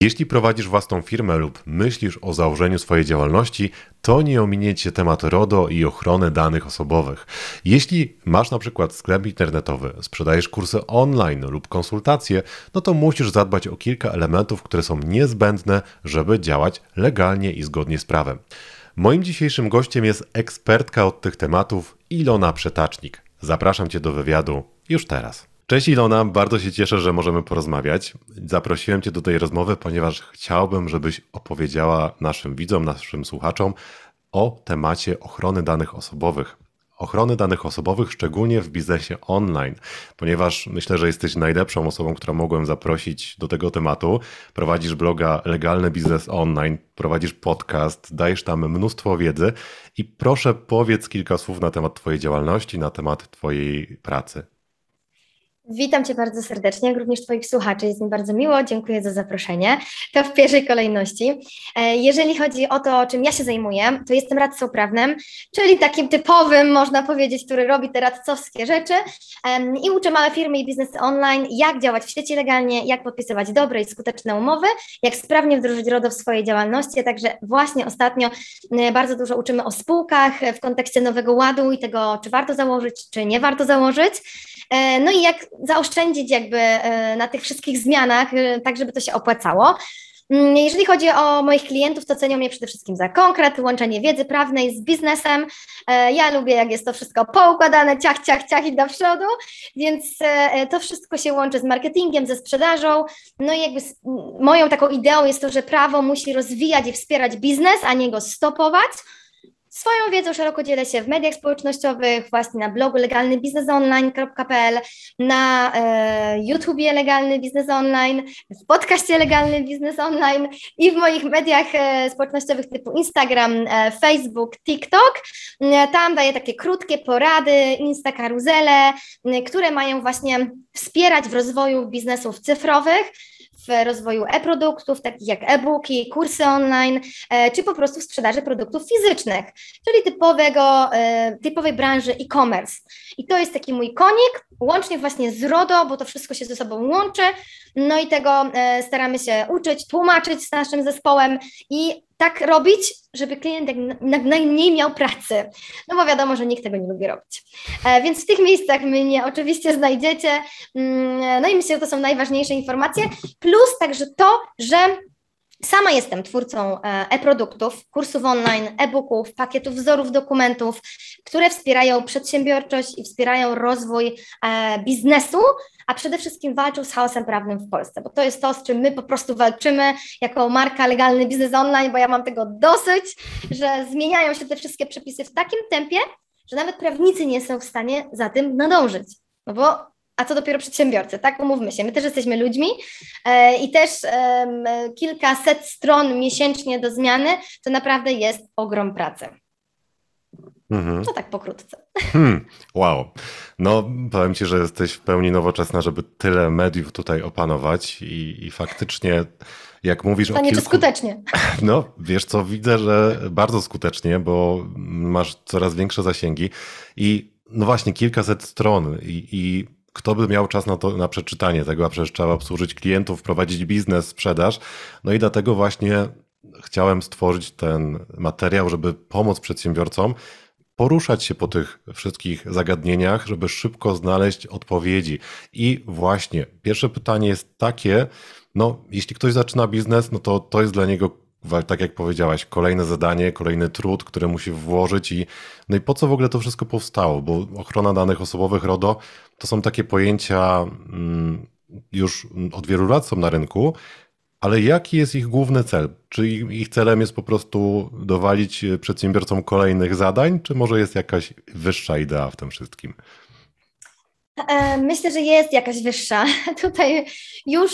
Jeśli prowadzisz własną firmę lub myślisz o założeniu swojej działalności, to nie ominie Cię temat RODO i ochrony danych osobowych. Jeśli masz na przykład sklep internetowy, sprzedajesz kursy online lub konsultacje, no to musisz zadbać o kilka elementów, które są niezbędne, żeby działać legalnie i zgodnie z prawem. Moim dzisiejszym gościem jest ekspertka od tych tematów Ilona Przetacznik. Zapraszam Cię do wywiadu już teraz. Cześć Ilona, bardzo się cieszę, że możemy porozmawiać. Zaprosiłem Cię do tej rozmowy, ponieważ chciałbym, żebyś opowiedziała naszym widzom, naszym słuchaczom o temacie ochrony danych osobowych. Ochrony danych osobowych, szczególnie w biznesie online, ponieważ myślę, że jesteś najlepszą osobą, którą mogłem zaprosić do tego tematu. Prowadzisz bloga Legalny Biznes Online, prowadzisz podcast, dajesz tam mnóstwo wiedzy i proszę powiedz kilka słów na temat Twojej działalności, na temat Twojej pracy. Witam Cię bardzo serdecznie, jak również Twoich słuchaczy. Jest mi bardzo miło, dziękuję za zaproszenie. To w pierwszej kolejności. Jeżeli chodzi o to, czym ja się zajmuję, to jestem radcą prawnym, czyli takim typowym, można powiedzieć, który robi te radcowskie rzeczy i uczę małe firmy i biznesy online, jak działać w świecie legalnie, jak podpisywać dobre i skuteczne umowy, jak sprawnie wdrożyć RODO w swojej działalności. Także właśnie ostatnio bardzo dużo uczymy o spółkach w kontekście Nowego Ładu i tego, czy warto założyć, czy nie warto założyć. No i jak zaoszczędzić jakby na tych wszystkich zmianach, tak żeby to się opłacało. Jeżeli chodzi o moich klientów, to cenią mnie przede wszystkim za konkret, łączenie wiedzy prawnej z biznesem. Ja lubię, jak jest to wszystko poukładane, ciach, ciach, ciach i do przodu, więc to wszystko się łączy z marketingiem, ze sprzedażą. No i jakby moją taką ideą jest to, że prawo musi rozwijać i wspierać biznes, a nie go stopować. Swoją wiedzą szeroko dzielę się w mediach społecznościowych, właśnie na blogu legalnybiznesonline.pl, na YouTubie Legalny Biznes Online, w podcaście Legalny Biznes Online i w moich mediach społecznościowych typu Instagram, Facebook, TikTok. Tam daję takie krótkie porady, Insta karuzele, które mają właśnie wspierać w rozwoju biznesów cyfrowych, w rozwoju e-produktów, takich jak e-booki, kursy online, czy po prostu w sprzedaży produktów fizycznych, czyli typowej branży e-commerce. I to jest taki mój konik, łącznie właśnie z RODO, bo to wszystko się ze sobą łączy, no i tego staramy się uczyć, tłumaczyć z naszym zespołem i tak robić, żeby klient jak najmniej miał pracy, no bo wiadomo, że nikt tego nie lubi robić. Więc w tych miejscach mnie oczywiście znajdziecie, no i myślę, że to są najważniejsze informacje, plus także to, że sama jestem twórcą e-produktów, kursów online, e-booków, pakietów wzorów dokumentów, które wspierają przedsiębiorczość i wspierają rozwój biznesu, a przede wszystkim walczą z chaosem prawnym w Polsce, bo to jest to, z czym my po prostu walczymy jako marka Legalny Biznes Online, bo ja mam tego dosyć, że zmieniają się te wszystkie przepisy w takim tempie, że nawet prawnicy nie są w stanie za tym nadążyć, no bo a co dopiero przedsiębiorcy, tak? Umówmy się, my też jesteśmy ludźmi i też kilkaset stron miesięcznie do zmiany, to naprawdę jest ogrom pracy. To tak pokrótce. Wow. No powiem Ci, że jesteś w pełni nowoczesna, żeby tyle mediów tutaj opanować i faktycznie jak mówisz to o nie kilku... czy skutecznie. No wiesz co, widzę, że bardzo skutecznie, bo masz coraz większe zasięgi i no właśnie kilkaset stron i kto by miał czas na to, na przeczytanie tego, a przecież trzeba obsłużyć klientów, prowadzić biznes, sprzedaż. No i dlatego właśnie chciałem stworzyć ten materiał, żeby pomóc przedsiębiorcom poruszać się po tych wszystkich zagadnieniach, żeby szybko znaleźć odpowiedzi. I właśnie pierwsze pytanie jest takie, no jeśli ktoś zaczyna biznes, no to jest dla niego, tak jak powiedziałaś, kolejne zadanie, kolejny trud, który musi włożyć no i po co w ogóle to wszystko powstało, bo ochrona danych osobowych RODO to są takie pojęcia już od wielu lat są na rynku, ale jaki jest ich główny cel? Czy ich celem jest po prostu dowalić przedsiębiorcom kolejnych zadań, czy może jest jakaś wyższa idea w tym wszystkim? Myślę, że jest jakaś wyższa. Tutaj już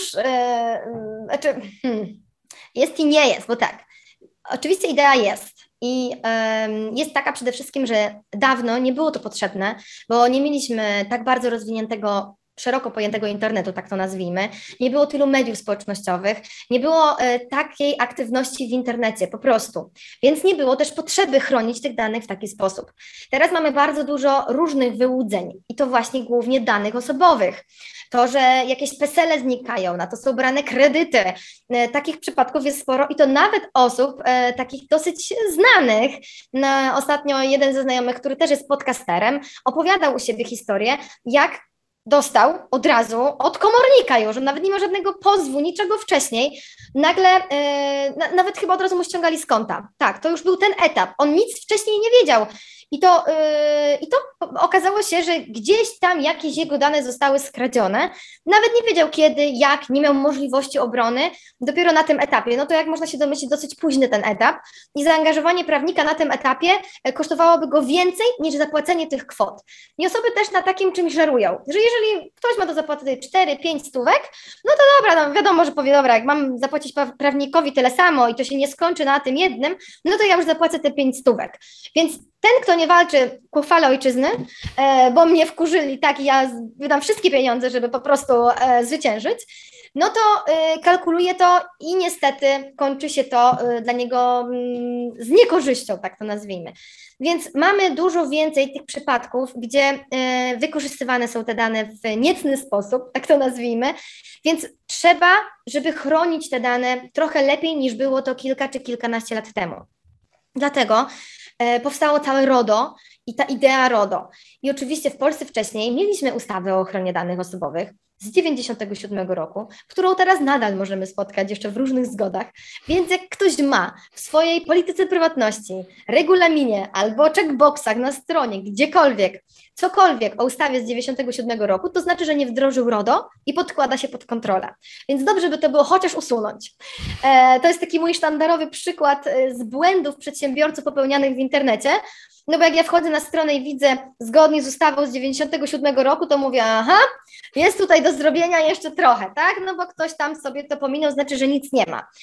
jest i nie jest, bo tak, oczywiście idea jest i jest taka przede wszystkim, że dawno nie było to potrzebne, bo nie mieliśmy tak bardzo rozwiniętego szeroko pojętego internetu, tak to nazwijmy, nie było tylu mediów społecznościowych, nie było takiej aktywności w internecie po prostu, więc nie było też potrzeby chronić tych danych w taki sposób. Teraz mamy bardzo dużo różnych wyłudzeń i to właśnie głównie danych osobowych. To, że jakieś PESEL-e znikają, na to są brane kredyty. Takich przypadków jest sporo i to nawet osób takich dosyć znanych. Ostatnio jeden ze znajomych, który też jest podcasterem, opowiadał u siebie historię, jak dostał od razu od komornika już, on nawet nie ma żadnego pozwu, niczego wcześniej, nagle, nawet chyba od razu mu ściągali z konta. Tak, to już był ten etap, on nic wcześniej nie wiedział. I to okazało się, że gdzieś tam jakieś jego dane zostały skradzione. Nawet nie wiedział kiedy, jak, nie miał możliwości obrony. Dopiero na tym etapie, no to jak można się domyślić, dosyć późny ten etap. I zaangażowanie prawnika na tym etapie kosztowałoby go więcej niż zapłacenie tych kwot. I osoby też na takim czymś żerują, że jeżeli ktoś ma do zapłaty 4-5 stówek, no to dobra, no wiadomo, że powie, dobra, jak mam zapłacić prawnikowi tyle samo i to się nie skończy na tym jednym, no to ja już zapłacę te 5 stówek. Więc ten, kto nie walczy ku chwale ojczyzny, bo mnie wkurzyli, tak, i ja wydam wszystkie pieniądze, żeby po prostu zwyciężyć, no to kalkuluje to i niestety kończy się to dla niego z niekorzyścią, tak to nazwijmy. Więc mamy dużo więcej tych przypadków, gdzie wykorzystywane są te dane w niecny sposób, tak to nazwijmy, więc trzeba, żeby chronić te dane trochę lepiej niż było to kilka czy kilkanaście lat temu. Dlatego powstało całe RODO i ta idea RODO. I oczywiście w Polsce wcześniej mieliśmy ustawę o ochronie danych osobowych z 1997 roku, którą teraz nadal możemy spotkać jeszcze w różnych zgodach. Więc jak ktoś ma w swojej polityce prywatności, regulaminie albo checkboxach na stronie, gdziekolwiek, cokolwiek o ustawie z 1997 roku, to znaczy, że nie wdrożył RODO i podkłada się pod kontrolę. Więc dobrze by to było chociaż usunąć. To jest taki mój sztandarowy przykład z błędów przedsiębiorców popełnianych w internecie. No bo jak ja wchodzę na stronę i widzę zgodnie z ustawą z 97 roku, to mówię, aha, jest tutaj do zrobienia jeszcze trochę, tak? No bo ktoś tam sobie to pominął, znaczy, że nic nie ma.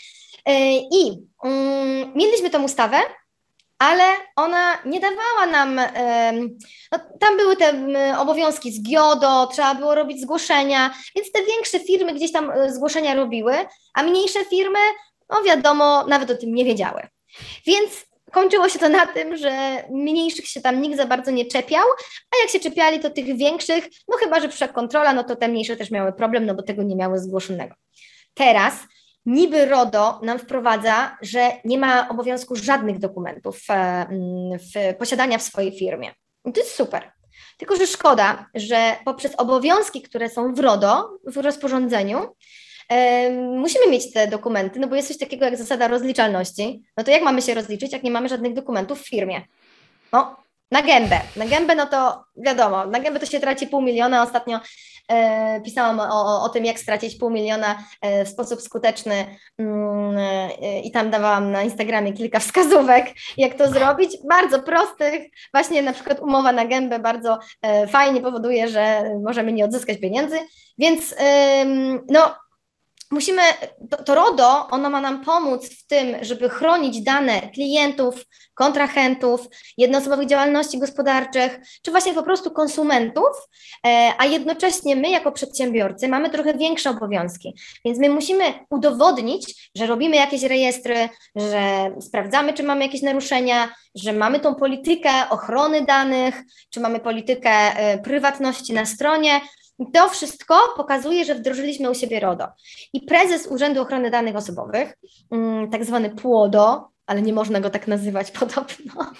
Mieliśmy tą ustawę, ale ona nie dawała nam, no, tam były te obowiązki z GIODO, trzeba było robić zgłoszenia, więc te większe firmy gdzieś tam zgłoszenia robiły, a mniejsze firmy, no wiadomo, nawet o tym nie wiedziały. Więc kończyło się to na tym, że mniejszych się tam nikt za bardzo nie czepiał, a jak się czepiali, to tych większych, no chyba, że przyszła kontrola, no to te mniejsze też miały problem, no bo tego nie miały zgłoszonego. Teraz niby RODO nam wprowadza, że nie ma obowiązku żadnych dokumentów posiadania w swojej firmie. I to jest super. Tylko że szkoda, że poprzez obowiązki, które są w RODO, w rozporządzeniu, musimy mieć te dokumenty, no bo jest coś takiego jak zasada rozliczalności. No to jak mamy się rozliczyć, jak nie mamy żadnych dokumentów w firmie? No, na gębę. Na gębę, no to wiadomo, na gębę to się traci 500 000. Ostatnio pisałam o tym, jak stracić 500 000 w sposób skuteczny i tam dawałam na Instagramie kilka wskazówek, jak to zrobić. Bardzo prostych, właśnie na przykład umowa na gębę bardzo fajnie powoduje, że możemy nie odzyskać pieniędzy, więc no musimy, to RODO, ono ma nam pomóc w tym, żeby chronić dane klientów, kontrahentów, jednoosobowych działalności gospodarczych, czy właśnie po prostu konsumentów, a jednocześnie my jako przedsiębiorcy mamy trochę większe obowiązki, więc my musimy udowodnić, że robimy jakieś rejestry, że sprawdzamy, czy mamy jakieś naruszenia, że mamy tą politykę ochrony danych, czy mamy politykę prywatności na stronie. To wszystko pokazuje, że wdrożyliśmy u siebie RODO. I prezes Urzędu Ochrony Danych Osobowych, tak zwany PUODO, ale nie można go tak nazywać podobno,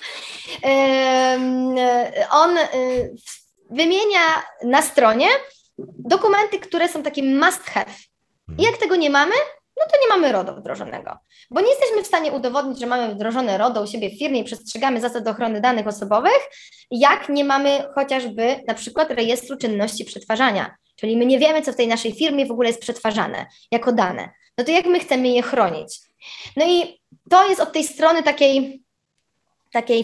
on wymienia na stronie dokumenty, które są takie must have. I jak tego nie mamy, no to nie mamy RODO wdrożonego, bo nie jesteśmy w stanie udowodnić, że mamy wdrożone RODO u siebie w firmie i przestrzegamy zasad ochrony danych osobowych, jak nie mamy chociażby na przykład rejestru czynności przetwarzania, czyli my nie wiemy, co w tej naszej firmie w ogóle jest przetwarzane jako dane, no to jak my chcemy je chronić? No i to jest od tej strony takiej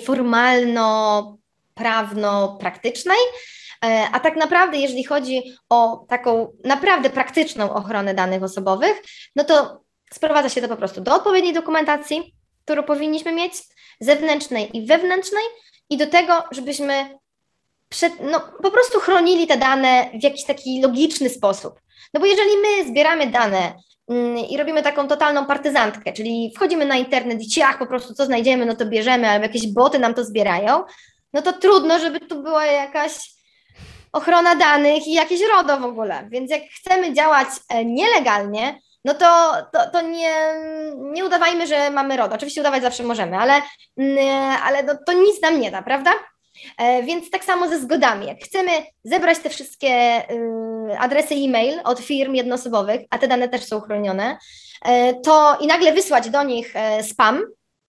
formalno-prawno-praktycznej, a tak naprawdę, jeżeli chodzi o taką naprawdę praktyczną ochronę danych osobowych, no to sprowadza się to po prostu do odpowiedniej dokumentacji, którą powinniśmy mieć, zewnętrznej i wewnętrznej, i do tego, żebyśmy no, po prostu chronili te dane w jakiś taki logiczny sposób. No bo jeżeli my zbieramy dane i robimy taką totalną partyzantkę, czyli wchodzimy na internet i ciach, po prostu co znajdziemy, no to bierzemy, albo jakieś boty nam to zbierają, no to trudno, żeby tu była jakaś ochrona danych i jakieś RODO w ogóle. Więc jak chcemy działać nielegalnie, no to nie udawajmy, że mamy RODO. Oczywiście udawać zawsze możemy, ale no, to nic nam nie da, prawda? Więc tak samo ze zgodami. Jak chcemy zebrać te wszystkie adresy e-mail od firm jednoosobowych, a te dane też są chronione, to i nagle wysłać do nich spam,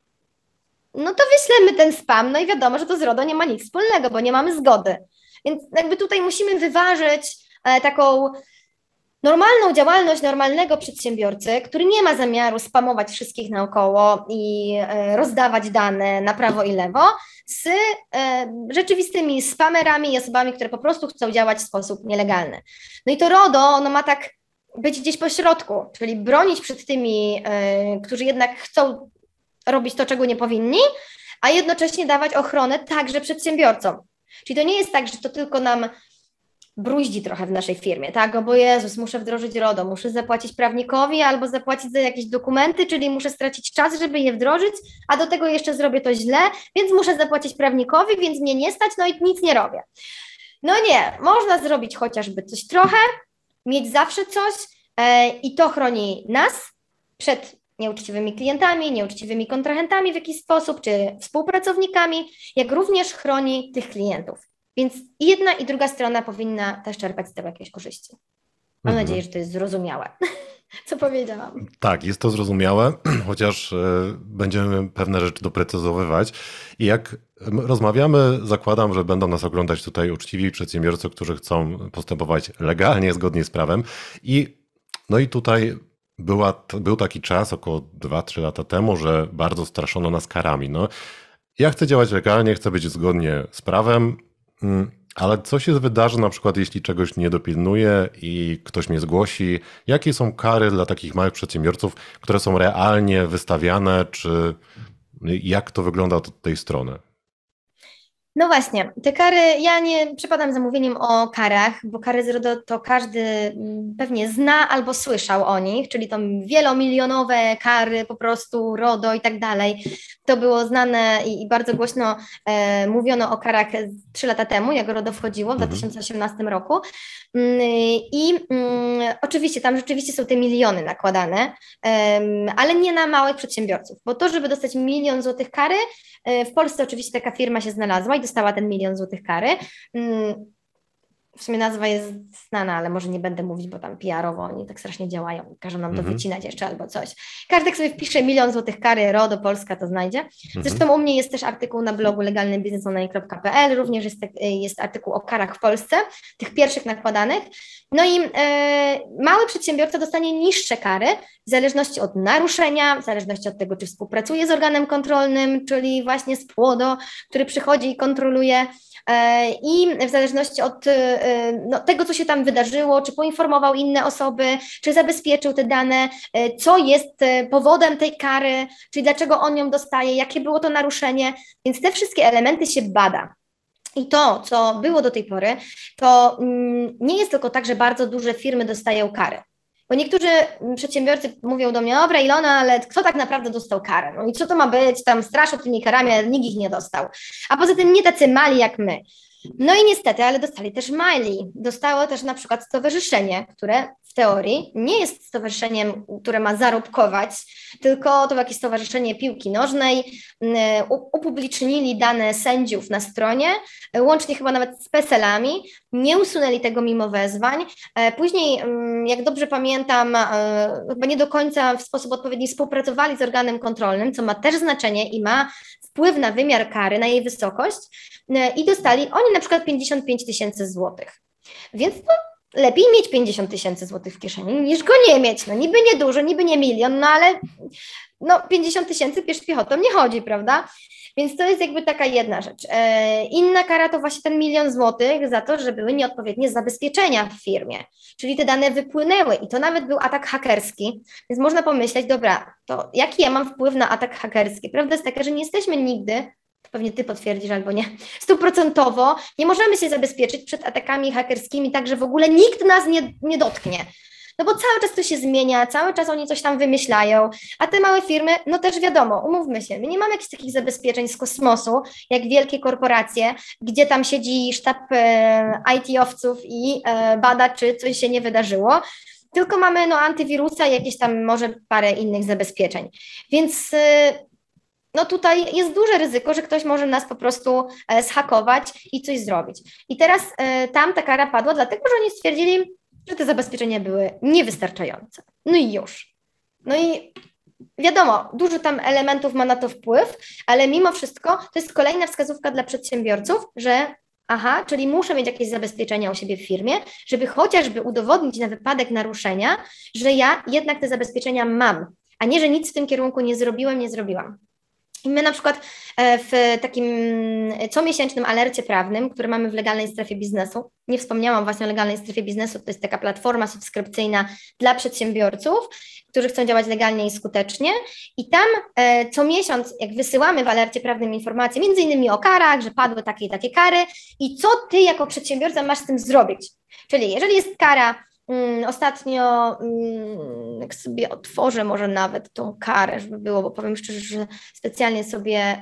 no to wyślemy ten spam, no i wiadomo, że to z RODO nie ma nic wspólnego, bo nie mamy zgody. Więc jakby tutaj musimy wyważyć taką normalną działalność normalnego przedsiębiorcy, który nie ma zamiaru spamować wszystkich naokoło i rozdawać dane na prawo i lewo, z rzeczywistymi spamerami i osobami, które po prostu chcą działać w sposób nielegalny. No i to RODO, ono ma tak być gdzieś po środku, czyli bronić przed tymi, którzy jednak chcą robić to, czego nie powinni, a jednocześnie dawać ochronę także przedsiębiorcom. Czyli to nie jest tak, że to tylko nam bruździ trochę w naszej firmie, tak? O bo Jezus, muszę wdrożyć RODO, muszę zapłacić prawnikowi albo zapłacić za jakieś dokumenty, czyli muszę stracić czas, żeby je wdrożyć, a do tego jeszcze zrobię to źle, więc muszę zapłacić prawnikowi, więc mnie nie stać, no i nic nie robię. No nie, można zrobić chociażby coś trochę, mieć zawsze coś i to chroni nas przed nieuczciwymi klientami, nieuczciwymi kontrahentami w jakiś sposób, czy współpracownikami, jak również chroni tych klientów. Więc i jedna i druga strona powinna też czerpać z tego jakieś korzyści. Mam nadzieję, że to jest zrozumiałe, co powiedziałam. Tak, jest to zrozumiałe, chociaż będziemy pewne rzeczy doprecyzowywać. I jak rozmawiamy, zakładam, że będą nas oglądać tutaj uczciwi przedsiębiorcy, którzy chcą postępować legalnie, zgodnie z prawem. No i tutaj był taki czas, około 2-3 lata temu, że bardzo straszono nas karami. No, ja chcę działać legalnie, chcę być zgodnie z prawem, ale co się wydarzy na przykład, jeśli czegoś nie dopilnuję i ktoś mnie zgłosi? Jakie są kary dla takich małych przedsiębiorców, które są realnie wystawiane, czy jak to wygląda od tej strony? No właśnie, te kary, ja nie przepadam za mówieniem o karach, bo kary z RODO to każdy pewnie zna albo słyszał o nich, czyli to wielomilionowe kary, po prostu RODO i tak dalej. To było znane i bardzo głośno mówiono o karach 3 lata temu, jak RODO wchodziło w 2018 roku. Oczywiście tam rzeczywiście są te miliony nakładane, ale nie na małych przedsiębiorców, bo to, żeby dostać 1 000 000 złotych kary, w Polsce oczywiście taka firma się znalazła i dostała ten 1 000 000 złotych kary. W sumie nazwa jest znana, ale może nie będę mówić, bo tam PR-owo oni tak strasznie działają. Każą nam to wycinać jeszcze albo coś. Każdy, jak sobie wpisze 1 000 000 złotych kary, RODO Polska, to znajdzie. Zresztą u mnie jest też artykuł na blogu legalnybiznesonline.pl, również jest artykuł o karach w Polsce, tych pierwszych nakładanych. No i mały przedsiębiorca dostanie niższe kary w zależności od naruszenia, w zależności od tego, czy współpracuje z organem kontrolnym, czyli właśnie z PłoDO, który przychodzi i kontroluje, i w zależności od tego, co się tam wydarzyło, czy poinformował inne osoby, czy zabezpieczył te dane, co jest powodem tej kary, czyli dlaczego on ją dostaje, jakie było to naruszenie, więc te wszystkie elementy się bada. I to, co było do tej pory, to nie jest tylko tak, że bardzo duże firmy dostają kary. Bo niektórzy przedsiębiorcy mówią do mnie, dobra Ilona, ale kto tak naprawdę dostał karę? No i co to ma być? Tam straszą tymi karami, ale nikt ich nie dostał. A poza tym nie tacy mali jak my. No i niestety, ale dostali też mali. Dostało też na przykład stowarzyszenie, które w teorii nie jest stowarzyszeniem, które ma zarobkować, tylko to jakieś stowarzyszenie piłki nożnej. Upublicznili dane sędziów na stronie, łącznie chyba nawet z PESEL-ami, nie usunęli tego mimo wezwań. Później, jak dobrze pamiętam, chyba nie do końca w sposób odpowiedni współpracowali z organem kontrolnym, co ma też znaczenie i ma wpływ na wymiar kary, na jej wysokość i dostali oni na przykład 55 000 złotych. Więc to lepiej mieć 50 000 złotych w kieszeni niż go nie mieć. No niby niedużo, niby nie 1 000 000, no ale 50 000 piesz piechotą nie chodzi, prawda? Więc to jest jakby taka jedna rzecz. Inna kara to właśnie ten 1 000 000 złotych za to, że były nieodpowiednie zabezpieczenia w firmie, czyli te dane wypłynęły i to nawet był atak hakerski, więc można pomyśleć, dobra, to jaki ja mam wpływ na atak hakerski? Prawda jest taka, że nie jesteśmy nigdy pewnie ty potwierdzisz albo nie, 100%, nie możemy się zabezpieczyć przed atakami hakerskimi tak, że w ogóle nikt nas nie dotknie. No bo cały czas to się zmienia, cały czas oni coś tam wymyślają, a te małe firmy, no też wiadomo, umówmy się, my nie mamy jakichś takich zabezpieczeń z kosmosu, jak wielkie korporacje, gdzie tam siedzi sztab IT-owców i bada, czy coś się nie wydarzyło, tylko mamy no, antywirusa i jakieś tam może parę innych zabezpieczeń. Więc no tutaj jest duże ryzyko, że ktoś może nas po prostu zhakować i coś zrobić. I teraz tam ta kara padła, dlatego że oni stwierdzili, że te zabezpieczenia były niewystarczające. No i już. No i wiadomo, dużo tam elementów ma na to wpływ, ale mimo wszystko to jest kolejna wskazówka dla przedsiębiorców, że aha, czyli muszę mieć jakieś zabezpieczenia u siebie w firmie, żeby chociażby udowodnić na wypadek naruszenia, że ja jednak te zabezpieczenia mam, a nie, że nic w tym kierunku nie zrobiłam. I my na przykład w takim comiesięcznym alercie prawnym, który mamy w Legalnej Strefie Biznesu, nie wspomniałam właśnie o Legalnej Strefie Biznesu, to jest taka platforma subskrypcyjna dla przedsiębiorców, którzy chcą działać legalnie i skutecznie i tam co miesiąc, jak wysyłamy w alercie prawnym informacje, między innymi o karach, że padły takie i takie kary i co ty jako przedsiębiorca masz z tym zrobić. Czyli jeżeli jest kara, ostatnio, jak sobie otworzę może nawet tą karę, żeby było, bo powiem szczerze, że specjalnie sobie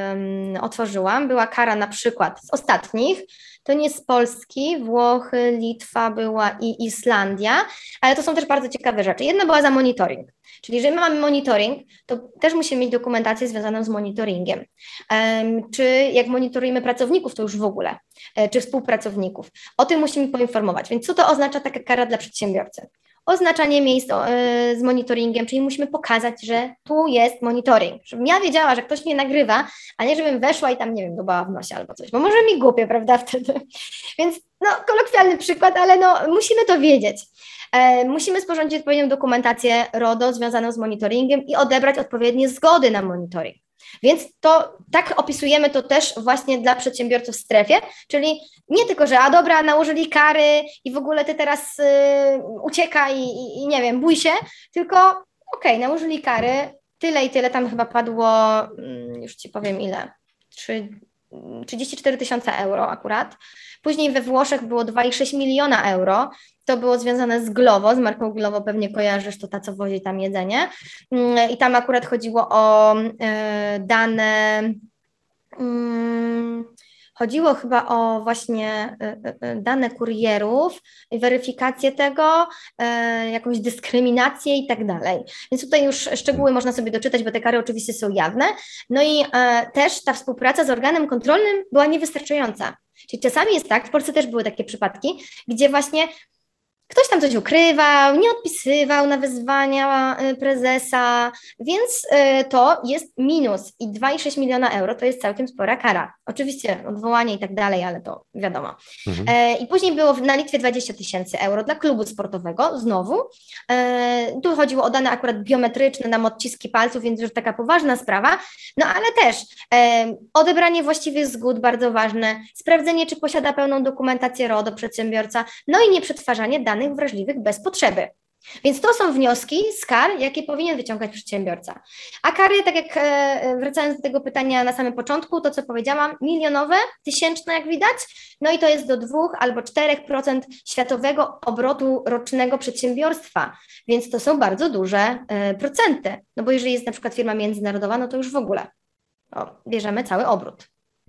otworzyłam, była kara na przykład z ostatnich, to nie z Polski, Włochy, Litwa była i Islandia, ale to są też bardzo ciekawe rzeczy. Jedna była za monitoring, czyli jeżeli my mamy monitoring, to też musimy mieć dokumentację związaną z monitoringiem. Czy jak monitorujemy pracowników, to już w ogóle, czy współpracowników. O tym musimy poinformować. Więc co to oznacza taka kara dla przedsiębiorcy? Oznaczanie miejsc z monitoringiem, czyli musimy pokazać, że tu jest monitoring, żebym ja wiedziała, że ktoś mnie nagrywa, a nie żebym weszła i tam, nie wiem, dubała w nosie albo coś, bo może mi głupie, prawda, wtedy. Więc no, kolokwialny przykład, ale no, musimy to wiedzieć. Musimy sporządzić odpowiednią dokumentację RODO związaną z monitoringiem i odebrać odpowiednie zgody na monitoring. Więc to tak opisujemy to też właśnie dla przedsiębiorców w strefie, czyli nie tylko, że a dobra, nałożyli kary i w ogóle ty teraz uciekaj i nie wiem, bój się, tylko okej, nałożyli kary, tyle i tyle, tam chyba padło, już ci powiem ile, 34 000 euro akurat. Później we Włoszech było 2,6 miliona euro. To było związane z Glovo, z marką Glovo, pewnie kojarzysz, to ta, co wozi tam jedzenie. I tam akurat chodziło o dane, chodziło chyba o właśnie dane kurierów, weryfikację tego, jakąś dyskryminację i tak dalej. Więc tutaj już szczegóły można sobie doczytać, bo te kary oczywiście są jawne. No i też ta współpraca z organem kontrolnym była niewystarczająca. Czyli czasami jest tak, w Polsce też były takie przypadki, gdzie właśnie ktoś tam coś ukrywał, nie odpisywał na wezwania prezesa, więc to jest minus i 2,6 miliona euro to jest całkiem spora kara. Oczywiście odwołanie i tak dalej, ale to wiadomo. I później było na Litwie 20 000 euro dla klubu sportowego, znowu. Tu chodziło o dane akurat biometryczne, nam odciski palców, więc już taka poważna sprawa. No ale też odebranie właściwych zgód, bardzo ważne, sprawdzenie, czy posiada pełną dokumentację RODO przedsiębiorca, no i nieprzetwarzanie danych wrażliwych bez potrzeby. Więc to są wnioski z kar, jakie powinien wyciągać przedsiębiorca. A kary, tak jak wracając do tego pytania na samym początku, to co powiedziałam, milionowe, tysięczne jak widać, no i to jest do 2 albo 4% światowego obrotu rocznego przedsiębiorstwa, więc to są bardzo duże procenty, no bo jeżeli jest na przykład firma międzynarodowa, no to już w ogóle bierzemy cały obrót,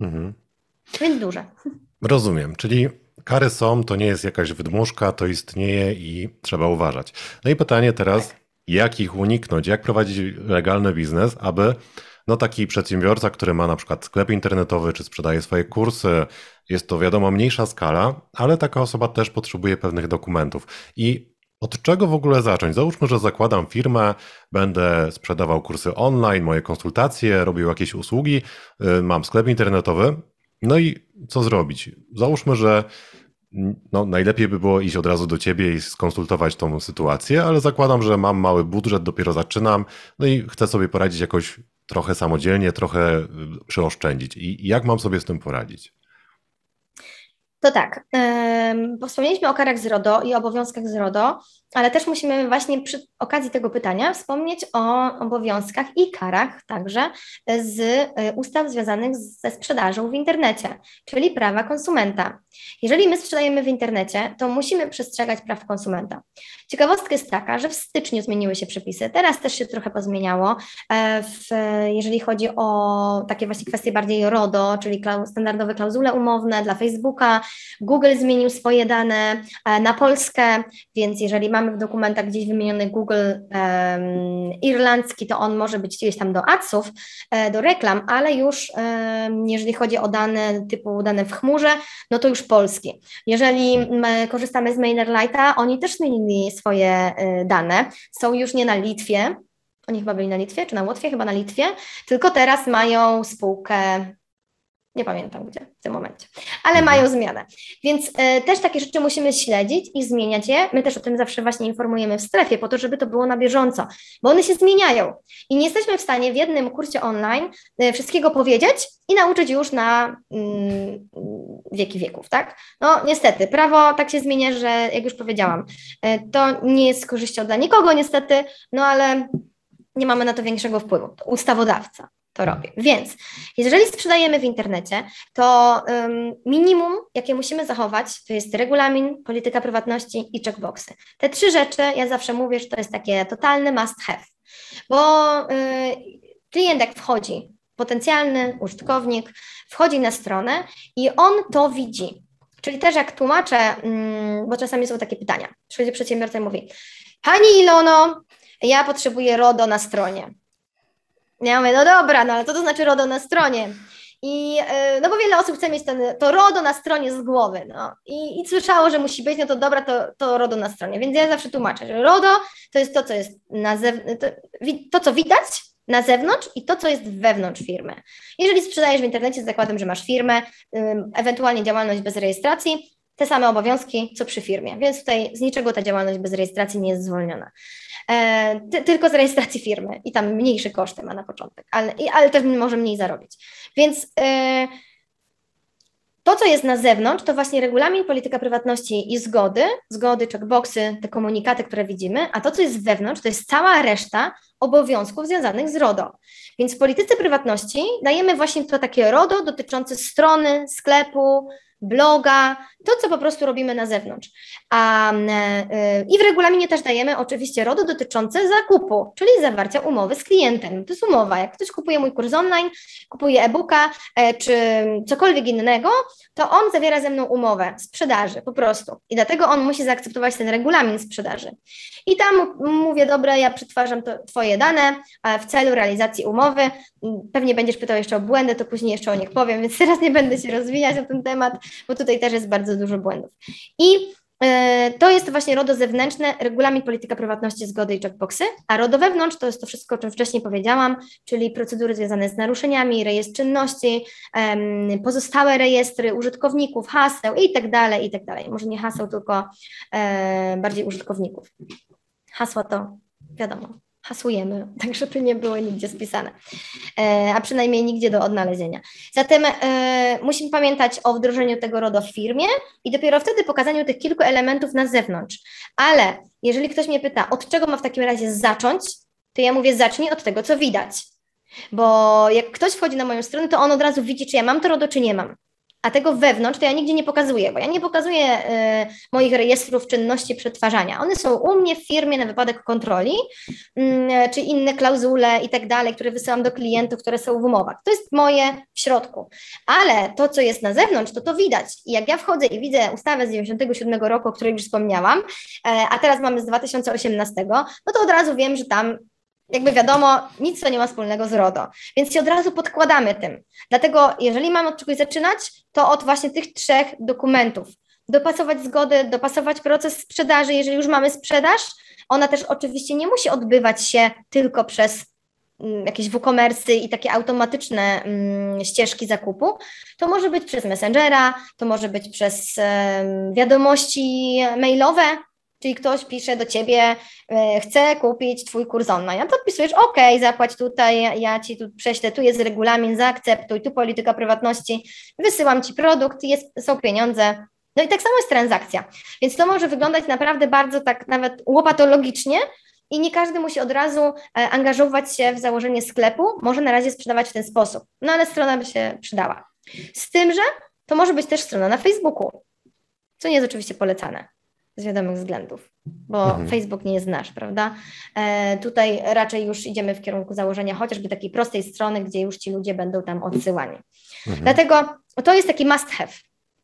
więc duże. Rozumiem, czyli kary są, to nie jest jakaś wydmuszka, to istnieje i trzeba uważać. No i pytanie teraz, jak ich uniknąć, jak prowadzić legalny biznes, aby taki przedsiębiorca, który ma na przykład sklep internetowy, czy sprzedaje swoje kursy, jest to wiadomo mniejsza skala, ale taka osoba też potrzebuje pewnych dokumentów. I od czego w ogóle zacząć? Załóżmy, że zakładam firmę, będę sprzedawał kursy online, moje konsultacje, robił jakieś usługi, mam sklep internetowy. No i co zrobić? Załóżmy, że najlepiej by było iść od razu do ciebie i skonsultować tą sytuację, ale zakładam, że mam mały budżet, dopiero zaczynam, no i chcę sobie poradzić jakoś trochę samodzielnie, trochę przyoszczędzić. I jak mam sobie z tym poradzić? To tak, bo wspomnieliśmy o karach z RODO i obowiązkach z RODO, ale też musimy właśnie przy okazji tego pytania wspomnieć o obowiązkach i karach także z ustaw związanych ze sprzedażą w internecie, czyli prawa konsumenta. Jeżeli my sprzedajemy w internecie, to musimy przestrzegać praw konsumenta. Ciekawostka jest taka, że w styczniu zmieniły się przepisy, teraz też się trochę pozmieniało, jeżeli chodzi o takie właśnie kwestie bardziej RODO, czyli standardowe klauzule umowne dla Facebooka. Google zmienił swoje dane na Polskę, więc jeżeli mamy w dokumentach gdzieś wymieniony Google irlandzki, to on może być gdzieś tam do adsów, do reklam, ale już jeżeli chodzi o dane typu dane w chmurze, no to już polski. Jeżeli korzystamy z MailerLite'a, oni też zmienili swoje dane, są już nie na Litwie, oni chyba byli na Litwie, czy na Łotwie, chyba na Litwie, tylko teraz mają spółkę, nie pamiętam gdzie w tym momencie, ale mają zmianę. Więc też takie rzeczy musimy śledzić i zmieniać je. My też o tym zawsze właśnie informujemy w strefie, po to, żeby to było na bieżąco, bo one się zmieniają i nie jesteśmy w stanie w jednym kursie online wszystkiego powiedzieć i nauczyć już na wieki wieków, tak? No niestety, prawo tak się zmienia, że jak już powiedziałam, to nie jest z korzyścią dla nikogo niestety, no ale nie mamy na to większego wpływu. To ustawodawca to robi. Więc jeżeli sprzedajemy w internecie, to minimum, jakie musimy zachować, to jest regulamin, polityka prywatności i checkboxy. Te 3 rzeczy, ja zawsze mówię, że to jest takie totalny must have, bo klient jak wchodzi, potencjalny użytkownik wchodzi na stronę i on to widzi. Czyli też jak tłumaczę, bo czasami są takie pytania, przychodzi przedsiębiorca i mówi: Pani Ilono, ja potrzebuję RODO na stronie. Ja mówię, no dobra, no ale co to znaczy RODO na stronie? I no bo wiele osób chce mieć to RODO na stronie z głowy, no i słyszało, że musi być, no to dobra, to RODO na stronie, więc ja zawsze tłumaczę, że RODO to jest to, co jest to, co widać na zewnątrz i to, co jest wewnątrz firmy. Jeżeli sprzedajesz w internecie z zakładem, że masz firmę, ewentualnie działalność bez rejestracji, te same obowiązki, co przy firmie, więc tutaj z niczego ta działalność bez rejestracji nie jest zwolniona. Tylko z rejestracji firmy i tam mniejsze koszty ma na początek, ale też może mniej zarobić. Więc to, co jest na zewnątrz, to właśnie regulamin, polityka prywatności i zgody, checkboxy, te komunikaty, które widzimy, a to, co jest wewnątrz, to jest cała reszta obowiązków związanych z RODO. Więc w polityce prywatności dajemy właśnie to takie RODO dotyczące strony, sklepu, bloga, to, co po prostu robimy na zewnątrz. I w regulaminie też dajemy oczywiście RODO dotyczące zakupu, czyli zawarcia umowy z klientem. To jest umowa. Jak ktoś kupuje mój kurs online, kupuje e-booka czy cokolwiek innego, to on zawiera ze mną umowę sprzedaży po prostu. I dlatego on musi zaakceptować ten regulamin sprzedaży. I tam mówię, dobra, ja przetwarzam Twoje dane w celu realizacji umowy. Pewnie będziesz pytał jeszcze o błędy, to później jeszcze o nich powiem, więc teraz nie będę się rozwijać na ten temat, bo tutaj też jest bardzo dużo błędów. I to jest właśnie RODO zewnętrzne, regulamin, polityka prywatności, zgody i checkboxy, a RODO wewnątrz to jest to wszystko, o czym wcześniej powiedziałam, czyli procedury związane z naruszeniami, rejestr czynności, pozostałe rejestry użytkowników, haseł i tak dalej, i tak dalej. Może nie haseł, tylko bardziej użytkowników. Hasła to wiadomo, hasujemy, tak żeby nie było nigdzie spisane, a przynajmniej nigdzie do odnalezienia. Zatem musimy pamiętać o wdrożeniu tego RODO w firmie i dopiero wtedy pokazaniu tych kilku elementów na zewnątrz. Ale jeżeli ktoś mnie pyta, od czego mam w takim razie zacząć, to ja mówię, zacznij od tego, co widać. Bo jak ktoś wchodzi na moją stronę, to on od razu widzi, czy ja mam to RODO, czy nie mam. A tego wewnątrz to ja nigdzie nie pokazuję, bo ja nie pokazuję moich rejestrów czynności przetwarzania. One są u mnie w firmie na wypadek kontroli, czy inne klauzule i tak dalej, które wysyłam do klientów, które są w umowach. To jest moje w środku. Ale to, co jest na zewnątrz, to widać. I jak ja wchodzę i widzę ustawę z 97 roku, o której już wspomniałam, a teraz mamy z 2018, no to od razu wiem, że tam jakby wiadomo, nic to nie ma wspólnego z RODO, więc się od razu podkładamy tym. Dlatego jeżeli mamy od czegoś zaczynać, to od właśnie tych 3 dokumentów. Dopasować zgody, dopasować proces sprzedaży, jeżeli już mamy sprzedaż, ona też oczywiście nie musi odbywać się tylko przez jakieś WooCommerce i takie automatyczne ścieżki zakupu, to może być przez Messengera, to może być przez wiadomości mailowe, czyli ktoś pisze do Ciebie, chcę kupić Twój kurs online, a to odpisujesz, OK, zapłać tutaj, ja Ci tu prześlę, tu jest regulamin, zaakceptuj, tu polityka prywatności, wysyłam Ci produkt, są pieniądze, No i tak samo jest transakcja, więc to może wyglądać naprawdę bardzo tak nawet łopatologicznie i nie każdy musi od razu angażować się w założenie sklepu, może na razie sprzedawać w ten sposób, no ale strona by się przydała. Z tym, że to może być też strona na Facebooku, co nie jest oczywiście polecane z wiadomych względów, bo Facebook nie jest nasz, prawda? Tutaj raczej już idziemy w kierunku założenia chociażby takiej prostej strony, gdzie już ci ludzie będą tam odsyłani. Dlatego to jest taki must have.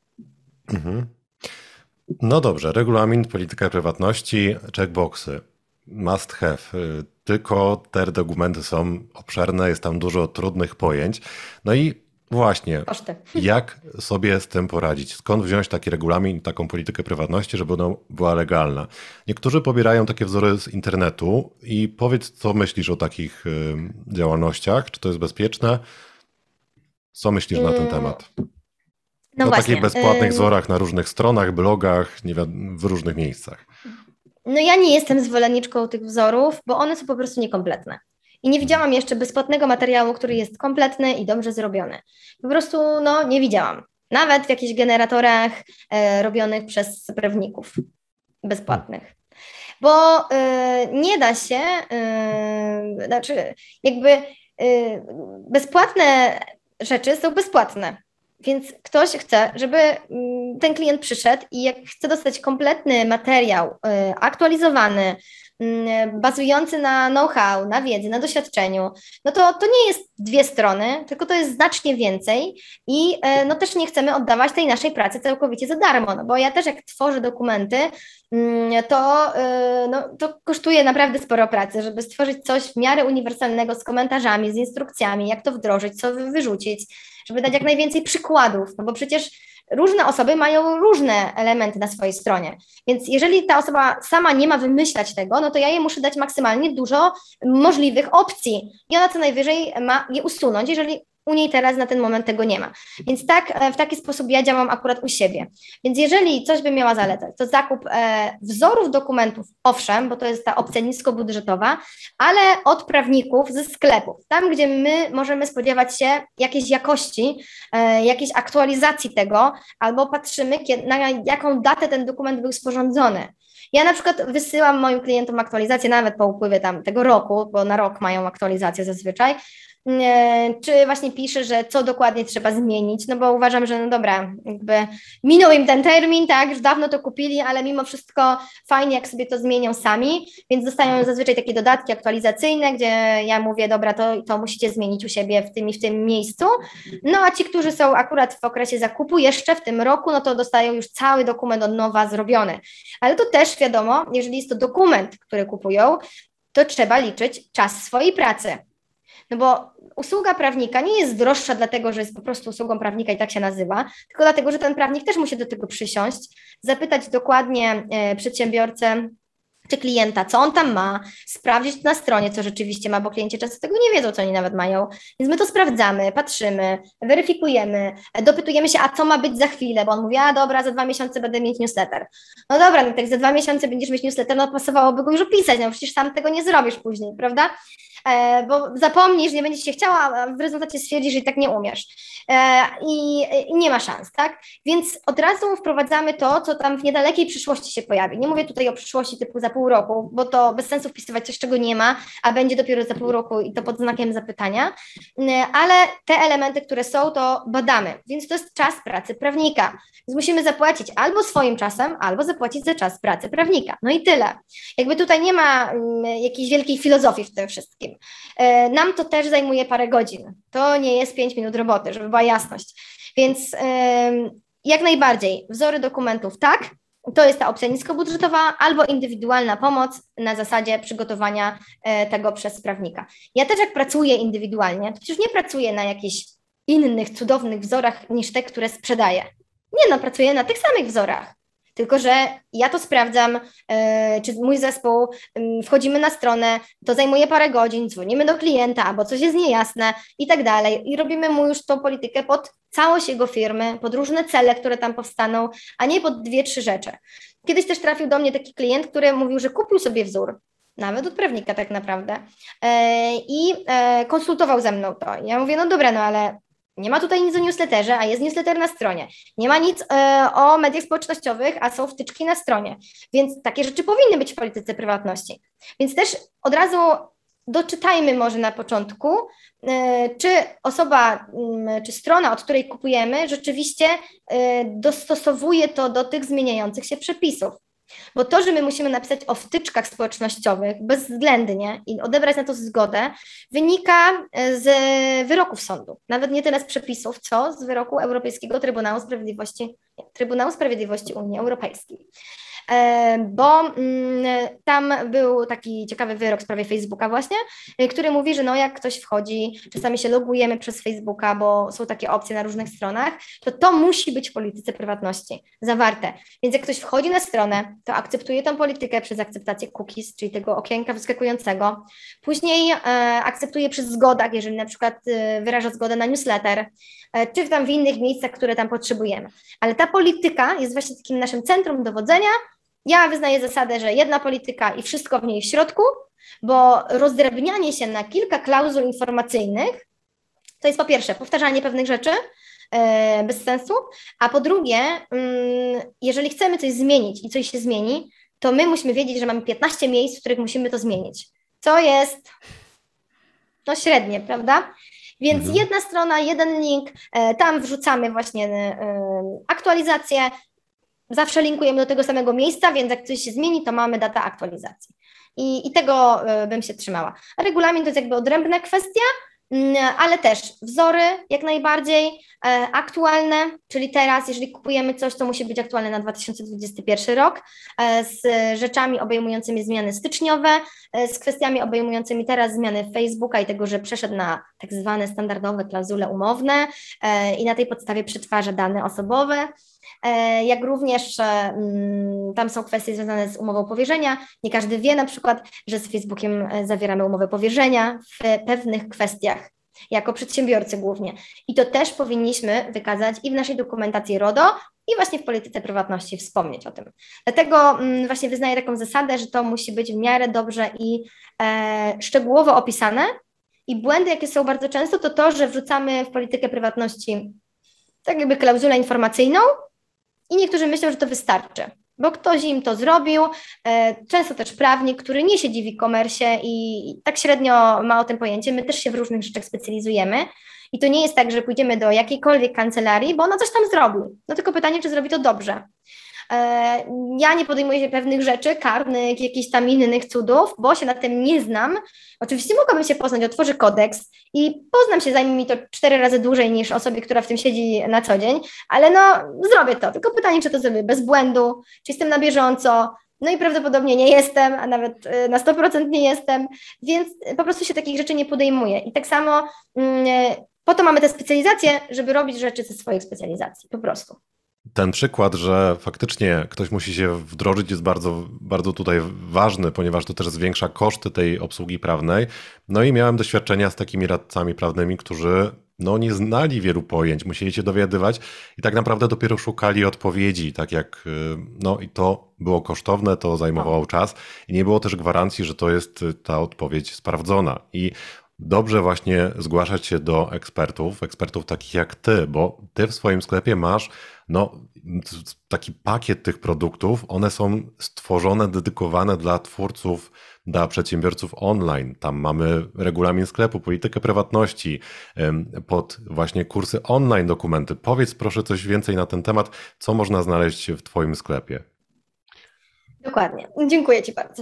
No dobrze, regulamin, polityka prywatności, checkboxy, must have. Tylko te dokumenty są obszerne, jest tam dużo trudnych pojęć. No i właśnie, Koszty. jak sobie z tym poradzić? Skąd wziąć taki regulamin i taką politykę prywatności, żeby ona była legalna? Niektórzy pobierają takie wzory z internetu i powiedz, co myślisz o takich działalnościach? Czy to jest bezpieczne? Co myślisz na ten temat? No o właśnie. takich bezpłatnych wzorach na różnych stronach, blogach, w różnych miejscach. No ja nie jestem zwolenniczką tych wzorów, bo one są po prostu niekompletne. I nie widziałam jeszcze bezpłatnego materiału, który jest kompletny i dobrze zrobiony. Po prostu nie widziałam. Nawet w jakichś generatorach robionych przez prawników bezpłatnych. Bo nie da się, bezpłatne rzeczy są bezpłatne. Więc ktoś chce, żeby ten klient przyszedł i jak chce dostać kompletny materiał, aktualizowany, bazujący na know-how, na wiedzy, na doświadczeniu, no to nie jest 2 strony, tylko to jest znacznie więcej i też nie chcemy oddawać tej naszej pracy całkowicie za darmo, no bo ja też jak tworzę dokumenty, to kosztuje naprawdę sporo pracy, żeby stworzyć coś w miarę uniwersalnego z komentarzami, z instrukcjami, jak to wdrożyć, co wyrzucić, żeby dać jak najwięcej przykładów, no bo przecież różne osoby mają różne elementy na swojej stronie, więc jeżeli ta osoba sama nie ma wymyślać tego, no to ja jej muszę dać maksymalnie dużo możliwych opcji i ona co najwyżej ma je usunąć, jeżeli u niej teraz na ten moment tego nie ma. Więc w taki sposób ja działam akurat u siebie. Więc jeżeli coś bym miała zalecać, to zakup wzorów dokumentów, owszem, bo to jest ta opcja niskobudżetowa, ale od prawników ze sklepów, tam gdzie my możemy spodziewać się jakiejś jakości, jakiejś aktualizacji tego, albo patrzymy na jaką datę ten dokument był sporządzony. Ja na przykład wysyłam moim klientom aktualizację nawet po upływie tego roku, bo na rok mają aktualizację zazwyczaj, czy właśnie piszę, że co dokładnie trzeba zmienić, no bo uważam, że no dobra, jakby minął im ten termin, tak, już dawno to kupili, ale mimo wszystko fajnie, jak sobie to zmienią sami, więc dostają zazwyczaj takie dodatki aktualizacyjne, gdzie ja mówię, dobra, to musicie zmienić u siebie w tym miejscu, no a ci, którzy są akurat w okresie zakupu jeszcze w tym roku, no to dostają już cały dokument od nowa zrobiony, ale to też wiadomo, jeżeli jest to dokument, który kupują, to trzeba liczyć czas swojej pracy. No bo usługa prawnika nie jest droższa dlatego, że jest po prostu usługą prawnika i tak się nazywa, tylko dlatego, że ten prawnik też musi do tego przysiąść, zapytać dokładnie przedsiębiorcę czy klienta, co on tam ma, sprawdzić na stronie, co rzeczywiście ma, bo klienci często tego nie wiedzą, co oni nawet mają. Więc my to sprawdzamy, patrzymy, weryfikujemy, dopytujemy się, a co ma być za chwilę, bo on mówi, a dobra, za 2 miesiące będę mieć newsletter. No dobra, no tak za 2 miesiące będziesz mieć newsletter, no pasowałoby go już opisać, no przecież sam tego nie zrobisz później, prawda? Bo zapomnisz, nie będziesz się chciała, a w rezultacie stwierdzisz, że i tak nie umiesz. I nie ma szans, tak? Więc od razu wprowadzamy to, co tam w niedalekiej przyszłości się pojawi. Nie mówię tutaj o przyszłości typu za pół roku, bo to bez sensu wpisywać coś, czego nie ma, a będzie dopiero za pół roku i to pod znakiem zapytania, ale te elementy, które są, to badamy, więc to jest czas pracy prawnika. Więc musimy zapłacić albo swoim czasem, albo zapłacić za czas pracy prawnika. No i tyle. Jakby tutaj nie ma jakiejś wielkiej filozofii w tym wszystkim. Nam to też zajmuje parę godzin. To nie jest 5 minut roboty, żeby była jasność. Więc jak najbardziej wzory dokumentów tak, to jest ta opcja niskobudżetowa albo indywidualna pomoc na zasadzie przygotowania tego przez prawnika. Ja też jak pracuję indywidualnie, to przecież nie pracuję na jakichś innych cudownych wzorach niż te, które sprzedaję. Nie, no pracuję na tych samych wzorach. Tylko że ja to sprawdzam, czy mój zespół, wchodzimy na stronę, to zajmuje parę godzin, dzwonimy do klienta, albo coś jest niejasne i tak dalej. I robimy mu już tą politykę pod całość jego firmy, pod różne cele, które tam powstaną, a nie pod 2-3 rzeczy. Kiedyś też trafił do mnie taki klient, który mówił, że kupił sobie wzór, nawet od prawnika tak naprawdę, i konsultował ze mną to. Ja mówię, no dobra, no ale Nie ma tutaj nic o newsletterze, a jest newsletter na stronie. Nie ma nic o mediach społecznościowych, a są wtyczki na stronie. Więc takie rzeczy powinny być w polityce prywatności. Więc też od razu doczytajmy może na początku, czy osoba, czy strona, od której kupujemy, rzeczywiście dostosowuje to do tych zmieniających się przepisów. Bo to, że my musimy napisać o wtyczkach społecznościowych bezwzględnie i odebrać na to zgodę, wynika z wyroków sądu. Nawet nie tyle z przepisów, co z wyroku Europejskiego Trybunału Sprawiedliwości Unii Europejskiej. Bo tam był taki ciekawy wyrok w sprawie Facebooka właśnie, który mówi, że no jak ktoś wchodzi, czasami się logujemy przez Facebooka, bo są takie opcje na różnych stronach, to musi być w polityce prywatności zawarte. Więc jak ktoś wchodzi na stronę, to akceptuje tą politykę przez akceptację cookies, czyli tego okienka wyskakującego. Później akceptuje przez zgodę, jeżeli na przykład wyraża zgodę na newsletter, czy tam w innych miejscach, które tam potrzebujemy. Ale ta polityka jest właśnie takim naszym centrum dowodzenia. Ja wyznaję zasadę, że jedna polityka i wszystko w niej w środku, bo rozdrabnianie się na kilka klauzul informacyjnych to jest po pierwsze powtarzanie pewnych rzeczy bez sensu, a po drugie, jeżeli chcemy coś zmienić i coś się zmieni, to my musimy wiedzieć, że mamy 15 miejsc, w których musimy to zmienić, co jest średnie, prawda? Więc jedna strona, jeden link, tam wrzucamy właśnie aktualizację, zawsze linkujemy do tego samego miejsca, więc jak coś się zmieni, to mamy datę aktualizacji. I tego bym się trzymała. Regulamin to jest jakby odrębna kwestia, ale też wzory jak najbardziej aktualne, czyli teraz, jeżeli kupujemy coś, to musi być aktualne na 2021 rok, z rzeczami obejmującymi zmiany styczniowe, z kwestiami obejmującymi teraz zmiany Facebooka i tego, że przeszedł na tak zwane standardowe klauzule umowne i na tej podstawie przetwarza dane osobowe. Jak również tam są kwestie związane z umową powierzenia. Nie każdy wie na przykład, że z Facebookiem zawieramy umowę powierzenia w pewnych kwestiach, jako przedsiębiorcy głównie. I to też powinniśmy wykazać i w naszej dokumentacji RODO, i właśnie w polityce prywatności wspomnieć o tym. Dlatego właśnie wyznaję taką zasadę, że to musi być w miarę dobrze i szczegółowo opisane. I błędy, jakie są bardzo często, to, że wrzucamy w politykę prywatności tak jakby klauzulę informacyjną, i niektórzy myślą, że to wystarczy, bo ktoś im to zrobił, często też prawnik, który nie siedzi w e-commerce i tak średnio ma o tym pojęcie. My też się w różnych rzeczach specjalizujemy i to nie jest tak, że pójdziemy do jakiejkolwiek kancelarii, bo ona coś tam zrobi, no tylko pytanie, czy zrobi to dobrze. Ja nie podejmuję się pewnych rzeczy, karnych, jakichś tam innych cudów, bo się na tym nie znam. Oczywiście mogłabym się poznać, otworzę kodeks i poznam się, zajmie mi to 4 razy dłużej niż osobie, która w tym siedzi na co dzień, ale zrobię to. Tylko pytanie, czy to zrobię bez błędu, czy jestem na bieżąco. No i prawdopodobnie nie jestem, a nawet na 100% nie jestem, więc po prostu się takich rzeczy nie podejmuję. I tak samo po to mamy te specjalizacje, żeby robić rzeczy ze swoich specjalizacji, po prostu. Ten przykład, że faktycznie ktoś musi się wdrożyć, jest bardzo, bardzo tutaj ważny, ponieważ to też zwiększa koszty tej obsługi prawnej. No i miałem doświadczenia z takimi radcami prawnymi, którzy nie znali wielu pojęć, musieli się dowiadywać i tak naprawdę dopiero szukali odpowiedzi, tak jak i to było kosztowne, to zajmowało czas i nie było też gwarancji, że to jest ta odpowiedź sprawdzona. I dobrze właśnie zgłaszać się do ekspertów takich jak ty, bo ty w swoim sklepie masz taki pakiet tych produktów, one są stworzone, dedykowane dla twórców, dla przedsiębiorców online. Tam mamy regulamin sklepu, politykę prywatności, pod właśnie kursy online dokumenty. Powiedz proszę coś więcej na ten temat, co można znaleźć w twoim sklepie. Dokładnie, dziękuję Ci bardzo.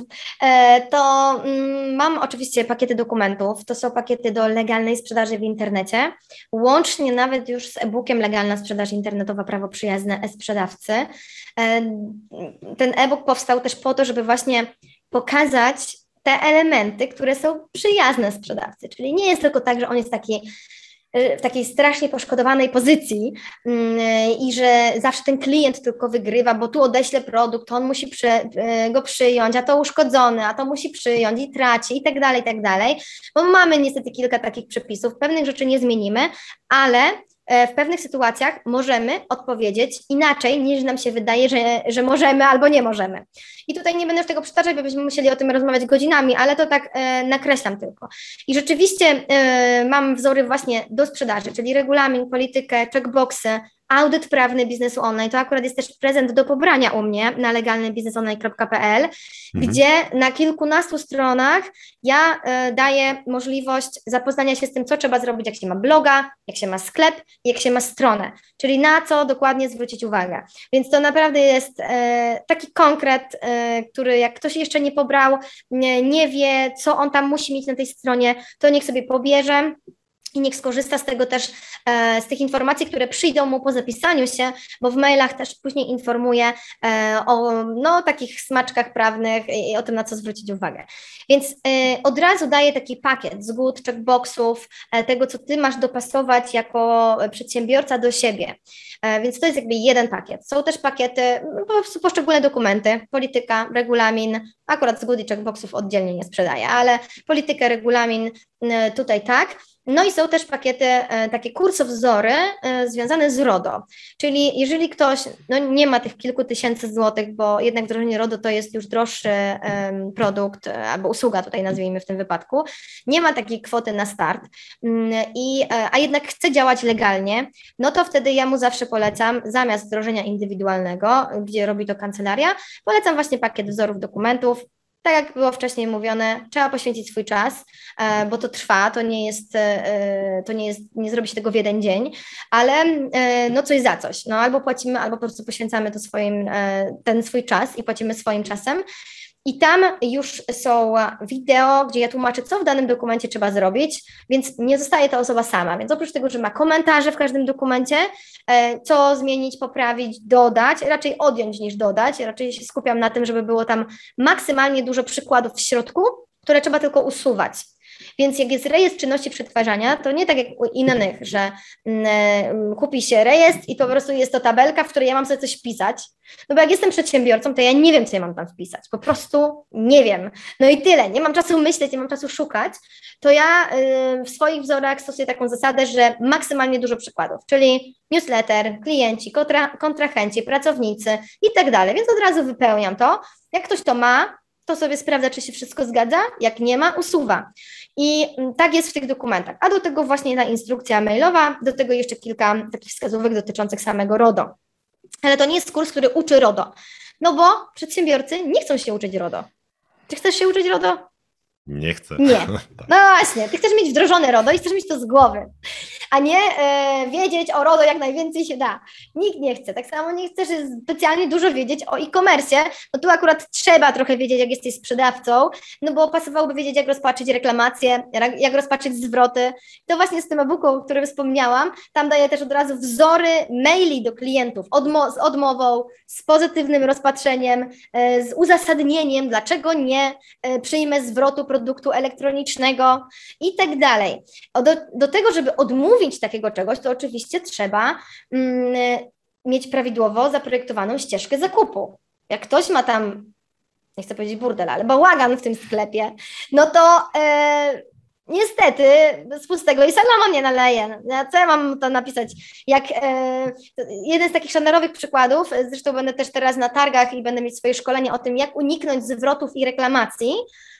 Mam oczywiście pakiety dokumentów, to są pakiety do legalnej sprzedaży w internecie, łącznie nawet już z e-bookiem Legalna sprzedaż internetowa, prawo przyjazne e-sprzedawcy. Ten e-book powstał też po to, żeby właśnie pokazać te elementy, które są przyjazne sprzedawcy, czyli nie jest tylko tak, że on jest w takiej strasznie poszkodowanej pozycji i że zawsze ten klient tylko wygrywa, bo tu odeślę produkt, on musi go przyjąć, a to uszkodzony, a to musi przyjąć i traci i tak dalej, bo mamy niestety kilka takich przepisów, pewnych rzeczy nie zmienimy, ale w pewnych sytuacjach możemy odpowiedzieć inaczej, niż nam się wydaje, że możemy albo nie możemy. I tutaj nie będę już tego przytaczać, bo byśmy musieli o tym rozmawiać godzinami, ale to tak nakreślam tylko. I rzeczywiście mam wzory właśnie do sprzedaży, czyli regulamin, politykę, checkboxy, audyt prawny biznesu online. To akurat jest też prezent do pobrania u mnie na legalnybiznesonline.pl, gdzie na kilkunastu stronach ja daję możliwość zapoznania się z tym, co trzeba zrobić, jak się ma bloga, jak się ma sklep, jak się ma stronę, czyli na co dokładnie zwrócić uwagę. Więc to naprawdę jest taki konkret, który jak ktoś jeszcze nie pobrał, nie wie, co on tam musi mieć na tej stronie, to niech sobie pobierze. I niech skorzysta z tego też, z tych informacji, które przyjdą mu po zapisaniu się, bo w mailach też później informuję o takich smaczkach prawnych i o tym, na co zwrócić uwagę. Więc od razu daję taki pakiet zgód, checkboxów, tego, co ty masz dopasować jako przedsiębiorca do siebie. Więc to jest jakby jeden pakiet. Są też pakiety, po prostu poszczególne dokumenty, polityka, regulamin, akurat zgód i checkboxów oddzielnie nie sprzedaję, ale politykę, regulamin tutaj tak. No i są też pakiety, takie kursowzory związane z RODO, czyli jeżeli ktoś nie ma tych kilku tysięcy złotych, bo jednak wdrożenie RODO to jest już droższy produkt albo usługa tutaj nazwijmy w tym wypadku, nie ma takiej kwoty na start, a jednak chce działać legalnie, no to wtedy ja mu zawsze polecam zamiast wdrożenia indywidualnego, gdzie robi to kancelaria, polecam właśnie pakiet wzorów dokumentów. Tak jak było wcześniej mówione, trzeba poświęcić swój czas, bo to trwa, nie zrobi się tego w jeden dzień, ale no coś za coś. No albo płacimy, albo po prostu poświęcamy to ten swój czas i płacimy swoim czasem. I tam już są wideo, gdzie ja tłumaczę, co w danym dokumencie trzeba zrobić, więc nie zostaje ta osoba sama. Więc oprócz tego, że ma komentarze w każdym dokumencie, co zmienić, poprawić, dodać, raczej odjąć niż dodać, raczej się skupiam na tym, żeby było tam maksymalnie dużo przykładów w środku, które trzeba tylko usuwać. Więc jak jest rejestr czynności przetwarzania, to nie tak jak u innych, że kupi się rejestr i po prostu jest to tabelka, w której ja mam sobie coś wpisać. No bo jak jestem przedsiębiorcą, to ja nie wiem, co ja mam tam wpisać. Po prostu nie wiem. No i tyle. Nie mam czasu myśleć, nie mam czasu szukać. To ja w swoich wzorach stosuję taką zasadę, że maksymalnie dużo przykładów, czyli newsletter, klienci, kontrahenci, pracownicy i tak dalej. Więc od razu wypełniam to. Jak ktoś to ma, to sobie sprawdza, czy się wszystko zgadza, jak nie ma, usuwa. I tak jest w tych dokumentach. A do tego właśnie ta instrukcja mailowa, do tego jeszcze kilka takich wskazówek dotyczących samego RODO. Ale to nie jest kurs, który uczy RODO, no bo przedsiębiorcy nie chcą się uczyć RODO. Czy chcesz się uczyć RODO? Nie chcę. Nie. No właśnie, ty chcesz mieć wdrożone RODO i chcesz mieć to z głowy, a nie wiedzieć o RODO jak najwięcej się da. Nikt nie chce. Tak samo nie chcesz specjalnie dużo wiedzieć o e-commerce. No tu akurat trzeba trochę wiedzieć, jak jesteś sprzedawcą, no bo pasowałoby wiedzieć, jak rozpatrzyć reklamacje, jak rozpatrzyć zwroty. To właśnie z tym e-booku, o którym wspomniałam, tam daję też od razu wzory maili do klientów z odmową, z pozytywnym rozpatrzeniem, z uzasadnieniem, dlaczego nie przyjmę zwrotu produktu elektronicznego i tak dalej. Do tego, żeby odmówić takiego czegoś, to oczywiście trzeba mieć prawidłowo zaprojektowaną ścieżkę zakupu. Jak ktoś ma tam, nie chcę powiedzieć burdel, ale bałagan w tym sklepie, no to niestety z pustego i Salomon nie naleje. Co ja mam to napisać? Jeden z takich sztandarowych przykładów, zresztą będę też teraz na targach i będę mieć swoje szkolenie o tym, jak uniknąć zwrotów i reklamacji.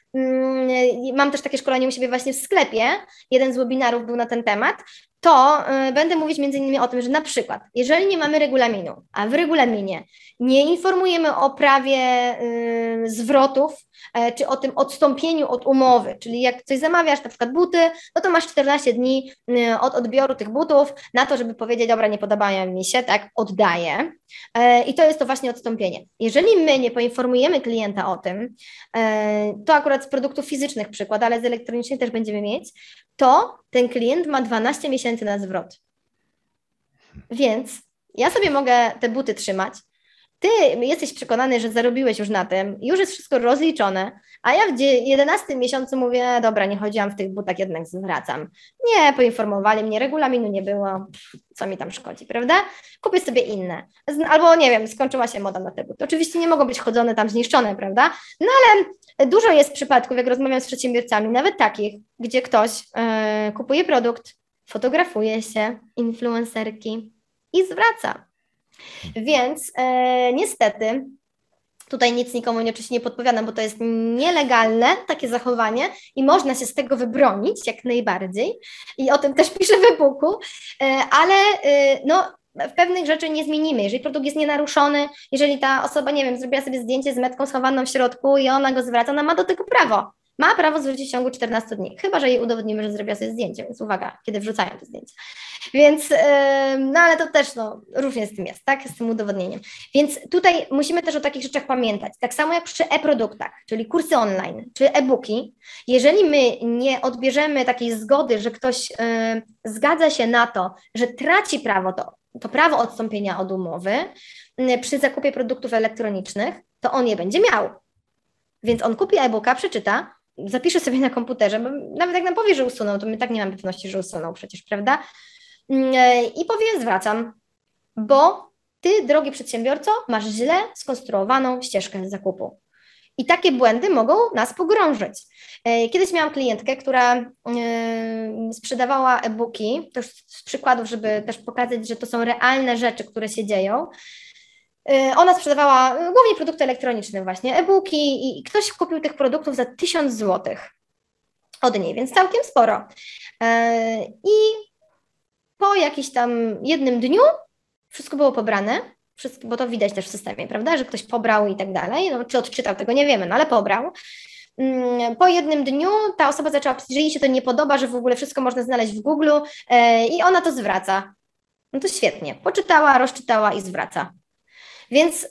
Mam też takie szkolenie u siebie właśnie w sklepie, jeden z webinarów był na ten temat, to będę mówić między innymi o tym, że na przykład, jeżeli nie mamy regulaminu, a w regulaminie nie informujemy o prawie zwrotów, czy o tym odstąpieniu od umowy, czyli jak coś zamawiasz, na przykład buty, no to masz 14 dni od odbioru tych butów na to, żeby powiedzieć, dobra, nie podobają mi się, tak, oddaję. I to jest to właśnie odstąpienie. Jeżeli my nie poinformujemy klienta o tym, to akurat z produktów fizycznych przykład, ale z elektronicznych też będziemy mieć, to ten klient ma 12 miesięcy na zwrot. Więc ja sobie mogę te buty trzymać, ty jesteś przekonany, że zarobiłeś już na tym, już jest wszystko rozliczone, a ja w 11 miesiącu mówię, dobra, nie chodziłam w tych butach, jednak zwracam. Nie, poinformowali mnie, regulaminu nie było, co mi tam szkodzi, prawda? Kupię sobie inne. Albo nie wiem, skończyła się moda na te buty. Oczywiście nie mogą być chodzone tam zniszczone, prawda? No ale dużo jest przypadków, jak rozmawiam z przedsiębiorcami, nawet takich, gdzie ktoś kupuje produkt, fotografuje się influencerki i zwraca. Więc niestety tutaj nic nikomu oczywiście nie podpowiadam, bo to jest nielegalne takie zachowanie i można się z tego wybronić jak najbardziej i o tym też piszę w e-booku, ale no w pewnych rzeczy nie zmienimy. Jeżeli produkt jest nienaruszony, jeżeli ta osoba, nie wiem, zrobiła sobie zdjęcie z metką schowaną w środku i ona go zwraca, ona ma do tego prawo. Ma prawo zwrócić w ciągu 14 dni, chyba że jej udowodnimy, że zrobiła sobie zdjęcie, więc uwaga, kiedy wrzucają te zdjęcia. Więc, no ale to też różnie z tym jest, tak, z tym udowodnieniem. Więc tutaj musimy też o takich rzeczach pamiętać. Tak samo jak przy e-produktach, czyli kursy online, czy e-booki, jeżeli my nie odbierzemy takiej zgody, że ktoś zgadza się na to, że traci prawo to prawo odstąpienia od umowy przy zakupie produktów elektronicznych, to on je będzie miał. Więc on kupi e-booka, przeczyta, zapisze sobie na komputerze, bo nawet jak nam powie, że usunął, to my tak nie mamy pewności, że usunął przecież, prawda? I powie, zwracam, bo ty, drogi przedsiębiorco, masz źle skonstruowaną ścieżkę zakupu. I takie błędy mogą nas pogrążyć. Kiedyś miałam klientkę, która sprzedawała e-booki, to już z przykładów, żeby też pokazać, że to są realne rzeczy, które się dzieją. Ona sprzedawała głównie produkty elektroniczne właśnie, e-booki i ktoś kupił tych produktów za 1000 zł od niej, więc całkiem sporo. I po jakimś tam jednym dniu wszystko było pobrane, bo to widać też w systemie, prawda, że ktoś pobrał i tak dalej, no, czy odczytał, tego nie wiemy, no ale pobrał. Po jednym dniu ta osoba zaczęła pisać, że jej się to nie podoba, że w ogóle wszystko można znaleźć w Google i ona to zwraca. No to świetnie, poczytała, rozczytała i zwraca. Więc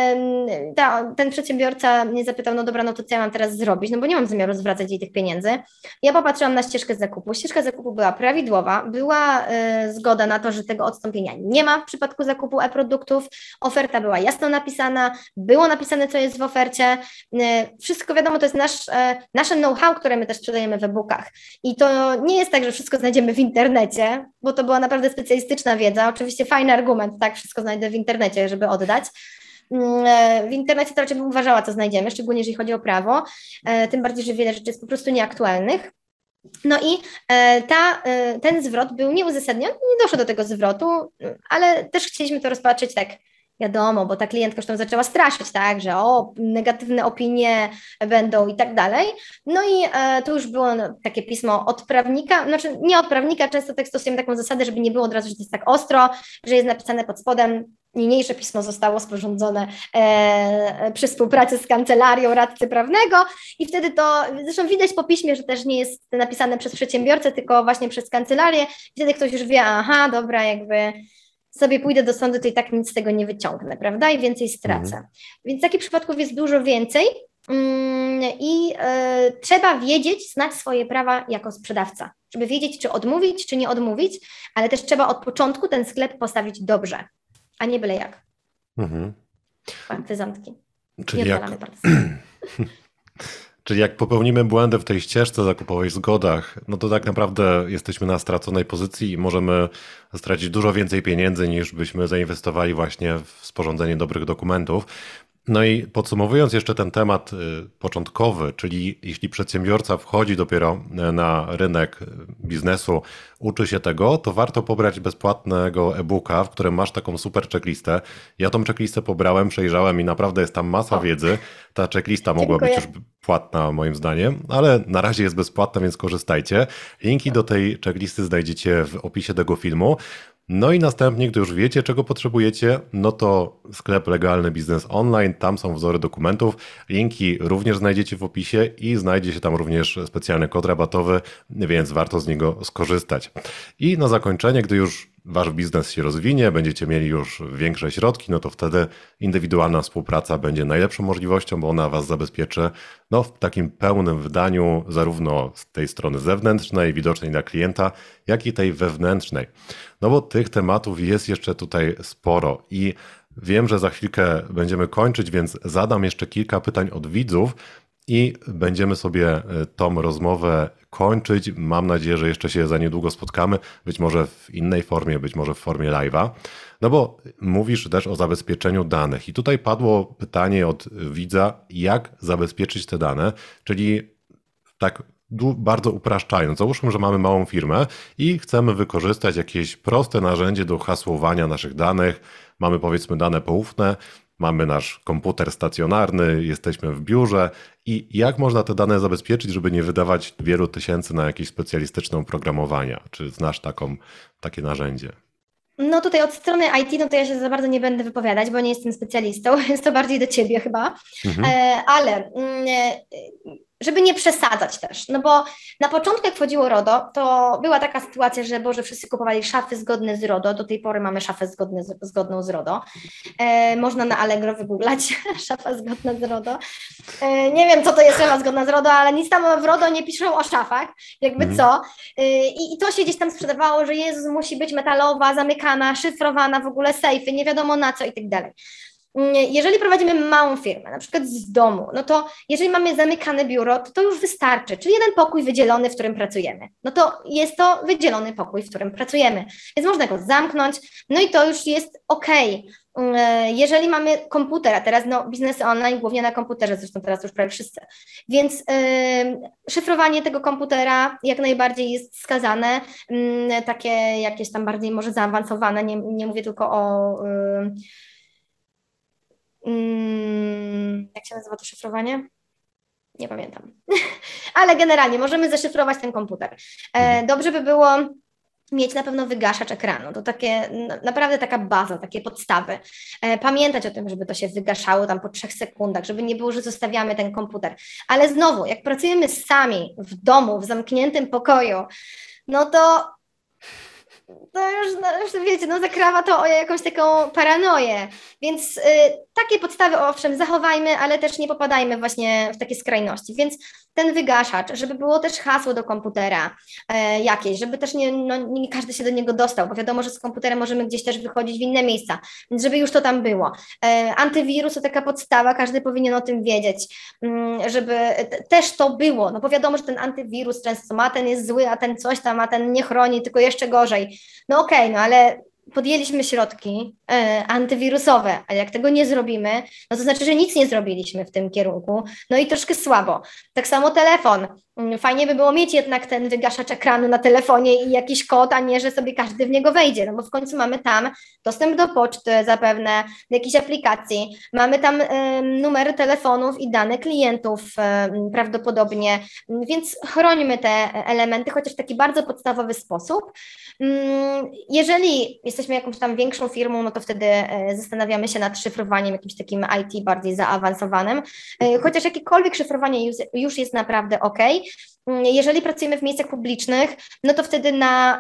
ten przedsiębiorca mnie zapytał, no dobra, no to co ja mam teraz zrobić, no bo nie mam zamiaru zwracać jej tych pieniędzy. Ja popatrzyłam na ścieżkę zakupu. Ścieżka zakupu była prawidłowa, była zgoda na to, że tego odstąpienia nie ma w przypadku zakupu e-produktów. Oferta była jasno napisana, było napisane, co jest w ofercie. Wszystko wiadomo, to jest nasze know-how, które my też sprzedajemy w e-bookach. I to nie jest tak, że wszystko znajdziemy w internecie, bo to była naprawdę specjalistyczna wiedza. Oczywiście fajny argument, tak, wszystko znajdę w internecie, żeby oddać. W internecie to raczej bym uważała, co znajdziemy, szczególnie jeżeli chodzi o prawo, tym bardziej, że wiele rzeczy jest po prostu nieaktualnych. No i ten zwrot był nieuzasadniony, nie doszło do tego zwrotu, ale też chcieliśmy to rozpatrzyć tak, wiadomo, bo ta klientka już tam zaczęła straszyć, tak, że negatywne opinie będą i tak dalej. No i to już było takie pismo od prawnika, znaczy nie od prawnika, często tak stosujemy taką zasadę, żeby nie było od razu, że to jest tak ostro, że jest napisane pod spodem. Niniejsze pismo zostało sporządzone przy współpracy z kancelarią radcy prawnego i wtedy to, zresztą widać po piśmie, że też nie jest napisane przez przedsiębiorcę, tylko właśnie przez kancelarię. Wtedy ktoś już wie, aha, dobra, jakby sobie pójdę do sądu, to i tak nic z tego nie wyciągnę, prawda? I więcej stracę. Więc takich przypadków jest dużo więcej i trzeba wiedzieć, znać swoje prawa jako sprzedawca, żeby wiedzieć, czy odmówić, czy nie odmówić, ale też trzeba od początku ten sklep postawić dobrze, a nie byle jak. Partyzantki. Czyli jak popełnimy błędy w tej ścieżce zakupowej, zgodach, no to tak naprawdę jesteśmy na straconej pozycji i możemy stracić dużo więcej pieniędzy niż byśmy zainwestowali właśnie w sporządzenie dobrych dokumentów. No i podsumowując jeszcze ten temat początkowy, czyli jeśli przedsiębiorca wchodzi dopiero na rynek biznesu, uczy się tego, to warto pobrać bezpłatnego e-booka, w którym masz taką super checklistę. Ja tą checklistę pobrałem, przejrzałem i naprawdę jest tam masa wiedzy. Ta checklista mogła być już płatna moim zdaniem, ale na razie jest bezpłatna, więc korzystajcie. Linki do tej checklisty znajdziecie w opisie tego filmu. No i następnie, gdy już wiecie, czego potrzebujecie, no to sklep Legalny Biznes Online, tam są wzory dokumentów, linki również znajdziecie w opisie i znajdzie się tam również specjalny kod rabatowy, więc warto z niego skorzystać. I na zakończenie, gdy już wasz biznes się rozwinie, będziecie mieli już większe środki, no to wtedy indywidualna współpraca będzie najlepszą możliwością, bo ona was zabezpieczy w takim pełnym wydaniu zarówno z tej strony zewnętrznej, widocznej dla klienta, jak i tej wewnętrznej. No bo tych tematów jest jeszcze tutaj sporo i wiem, że za chwilkę będziemy kończyć, więc zadam jeszcze kilka pytań od widzów i będziemy sobie tą rozmowę kończyć. Mam nadzieję, że jeszcze się za niedługo spotkamy, być może w innej formie, być może w formie live'a. No bo mówisz też o zabezpieczeniu danych i tutaj padło pytanie od widza, jak zabezpieczyć te dane, czyli tak bardzo upraszczając, załóżmy, że mamy małą firmę i chcemy wykorzystać jakieś proste narzędzie do hasłowania naszych danych. Mamy powiedzmy dane poufne, mamy nasz komputer stacjonarny, jesteśmy w biurze i jak można te dane zabezpieczyć, żeby nie wydawać wielu tysięcy na jakieś specjalistyczne oprogramowania? Czy znasz takie narzędzie? No tutaj od strony IT, no to ja się za bardzo nie będę wypowiadać, bo nie jestem specjalistą, jest to bardziej do ciebie chyba, ale żeby nie przesadzać też, no bo na początku jak wchodziło RODO, to była taka sytuacja, że Boże, wszyscy kupowali szafy zgodne z RODO, do tej pory mamy szafę zgodną z RODO, można na Allegro wygooglać, szafa zgodna z RODO, nie wiem co to jest szafa zgodna z RODO, ale nic tam w RODO nie piszą o szafach, jakby co, i to się gdzieś tam sprzedawało, że Jezus musi być metalowa, zamykana, szyfrowana, w ogóle sejfy, nie wiadomo na co i tak dalej. Jeżeli prowadzimy małą firmę, na przykład z domu, no to jeżeli mamy zamykane biuro, to już wystarczy, czyli jeden pokój wydzielony, w którym pracujemy. No to jest to wydzielony pokój, w którym pracujemy, więc można go zamknąć, no i to już jest okej. Jeżeli mamy komputer, a teraz no, biznesy online głównie na komputerze, zresztą teraz już prawie wszyscy, więc szyfrowanie tego komputera jak najbardziej jest wskazane, takie jakieś tam bardziej może zaawansowane, nie mówię tylko o... jak się nazywa to szyfrowanie? Nie pamiętam. Ale generalnie możemy zaszyfrować ten komputer. Dobrze by było mieć na pewno wygaszacz ekranu. To takie, naprawdę taka baza, takie podstawy. Pamiętać o tym, żeby to się wygaszało tam po 3 sekundach, żeby nie było, że zostawiamy ten komputer. Ale znowu, jak pracujemy sami w domu, w zamkniętym pokoju, no to już wiecie, no zakrawa to o jakąś taką paranoję, więc takie podstawy owszem zachowajmy, ale też nie popadajmy właśnie w takie skrajności, więc ten wygaszacz, żeby było też hasło do komputera jakieś, żeby też nie każdy się do niego dostał, bo wiadomo, że z komputerem możemy gdzieś też wychodzić w inne miejsca, więc żeby już to tam było. Antywirus to taka podstawa, każdy powinien o tym wiedzieć, żeby też to było, no bo wiadomo, że ten antywirus często ma, ten jest zły, a ten coś tam, a ten nie chroni, tylko jeszcze gorzej. No okej, no ale podjęliśmy środki antywirusowe, a jak tego nie zrobimy, no to znaczy, że nic nie zrobiliśmy w tym kierunku, no i troszkę słabo. Tak samo telefon. Fajnie by było mieć jednak ten wygaszacz ekranu na telefonie i jakiś kod, a nie, że sobie każdy w niego wejdzie, no bo w końcu mamy tam dostęp do poczty zapewne, do jakichś aplikacji, mamy tam numery telefonów i dane klientów prawdopodobnie, więc chronimy te elementy, chociaż w taki bardzo podstawowy sposób. Jeżeli jesteśmy jakąś tam większą firmą, no to wtedy zastanawiamy się nad szyfrowaniem jakimś takim IT bardziej zaawansowanym, chociaż jakiekolwiek szyfrowanie już jest naprawdę ok. Jeżeli pracujemy w miejscach publicznych, no to wtedy na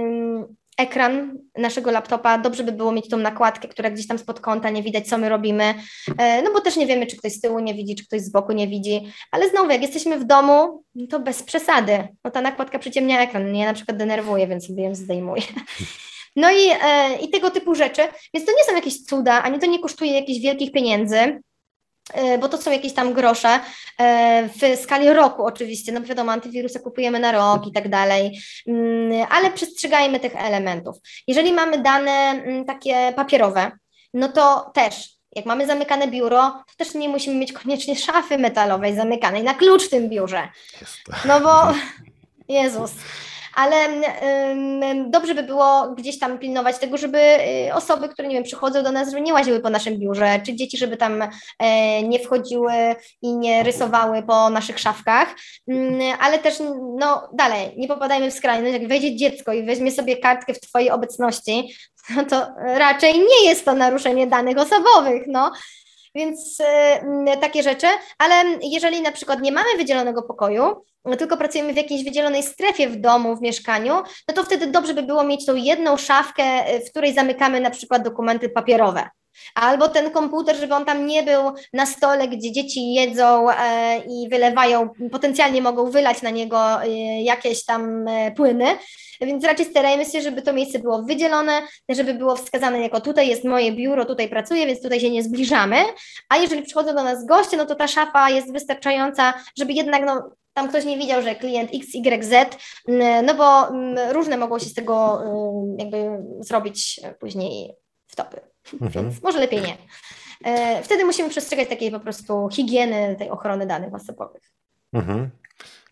ekran naszego laptopa dobrze by było mieć tą nakładkę, która gdzieś tam spod kąta nie widać, co my robimy, no bo też nie wiemy, czy ktoś z tyłu nie widzi, czy ktoś z boku nie widzi, ale znowu, jak jesteśmy w domu, to bez przesady, no ta nakładka przyciemnia ekran, mnie na przykład denerwuje, więc sobie ją zdejmuję. No i tego typu rzeczy, więc to nie są jakieś cuda, ani to nie kosztuje jakichś wielkich pieniędzy, bo to są jakieś tam grosze w skali roku oczywiście, no wiadomo, antywirusa kupujemy na rok i tak dalej, ale przestrzegajmy tych elementów. Jeżeli mamy dane takie papierowe, no to też, jak mamy zamykane biuro, to też nie musimy mieć koniecznie szafy metalowej zamykanej na klucz w tym biurze, no bo Jezus. Ale dobrze by było gdzieś tam pilnować tego, żeby osoby, które, nie wiem, przychodzą do nas, żeby nie łaziły po naszym biurze, czy dzieci, żeby tam nie wchodziły i nie rysowały po naszych szafkach, ale też, no dalej, nie popadajmy w skrajność, jak wejdzie dziecko i weźmie sobie kartkę w Twojej obecności, no to raczej nie jest to naruszenie danych osobowych, no. Więc takie rzeczy, ale jeżeli na przykład nie mamy wydzielonego pokoju, tylko pracujemy w jakiejś wydzielonej strefie w domu, w mieszkaniu, no to wtedy dobrze by było mieć tą jedną szafkę, w której zamykamy na przykład dokumenty papierowe. Albo ten komputer, żeby on tam nie był na stole, gdzie dzieci jedzą i wylewają, potencjalnie mogą wylać na niego jakieś tam płyny, więc raczej starajmy się, żeby to miejsce było wydzielone, żeby było wskazane jako tutaj jest moje biuro, tutaj pracuję, więc tutaj się nie zbliżamy, a jeżeli przychodzą do nas goście, no to ta szafa jest wystarczająca, żeby jednak tam ktoś nie widział, że klient XYZ, no bo różne mogą się z tego jakby zrobić później wtopy. Więc może lepiej nie. Wtedy musimy przestrzegać takiej po prostu higieny, tej ochrony danych osobowych.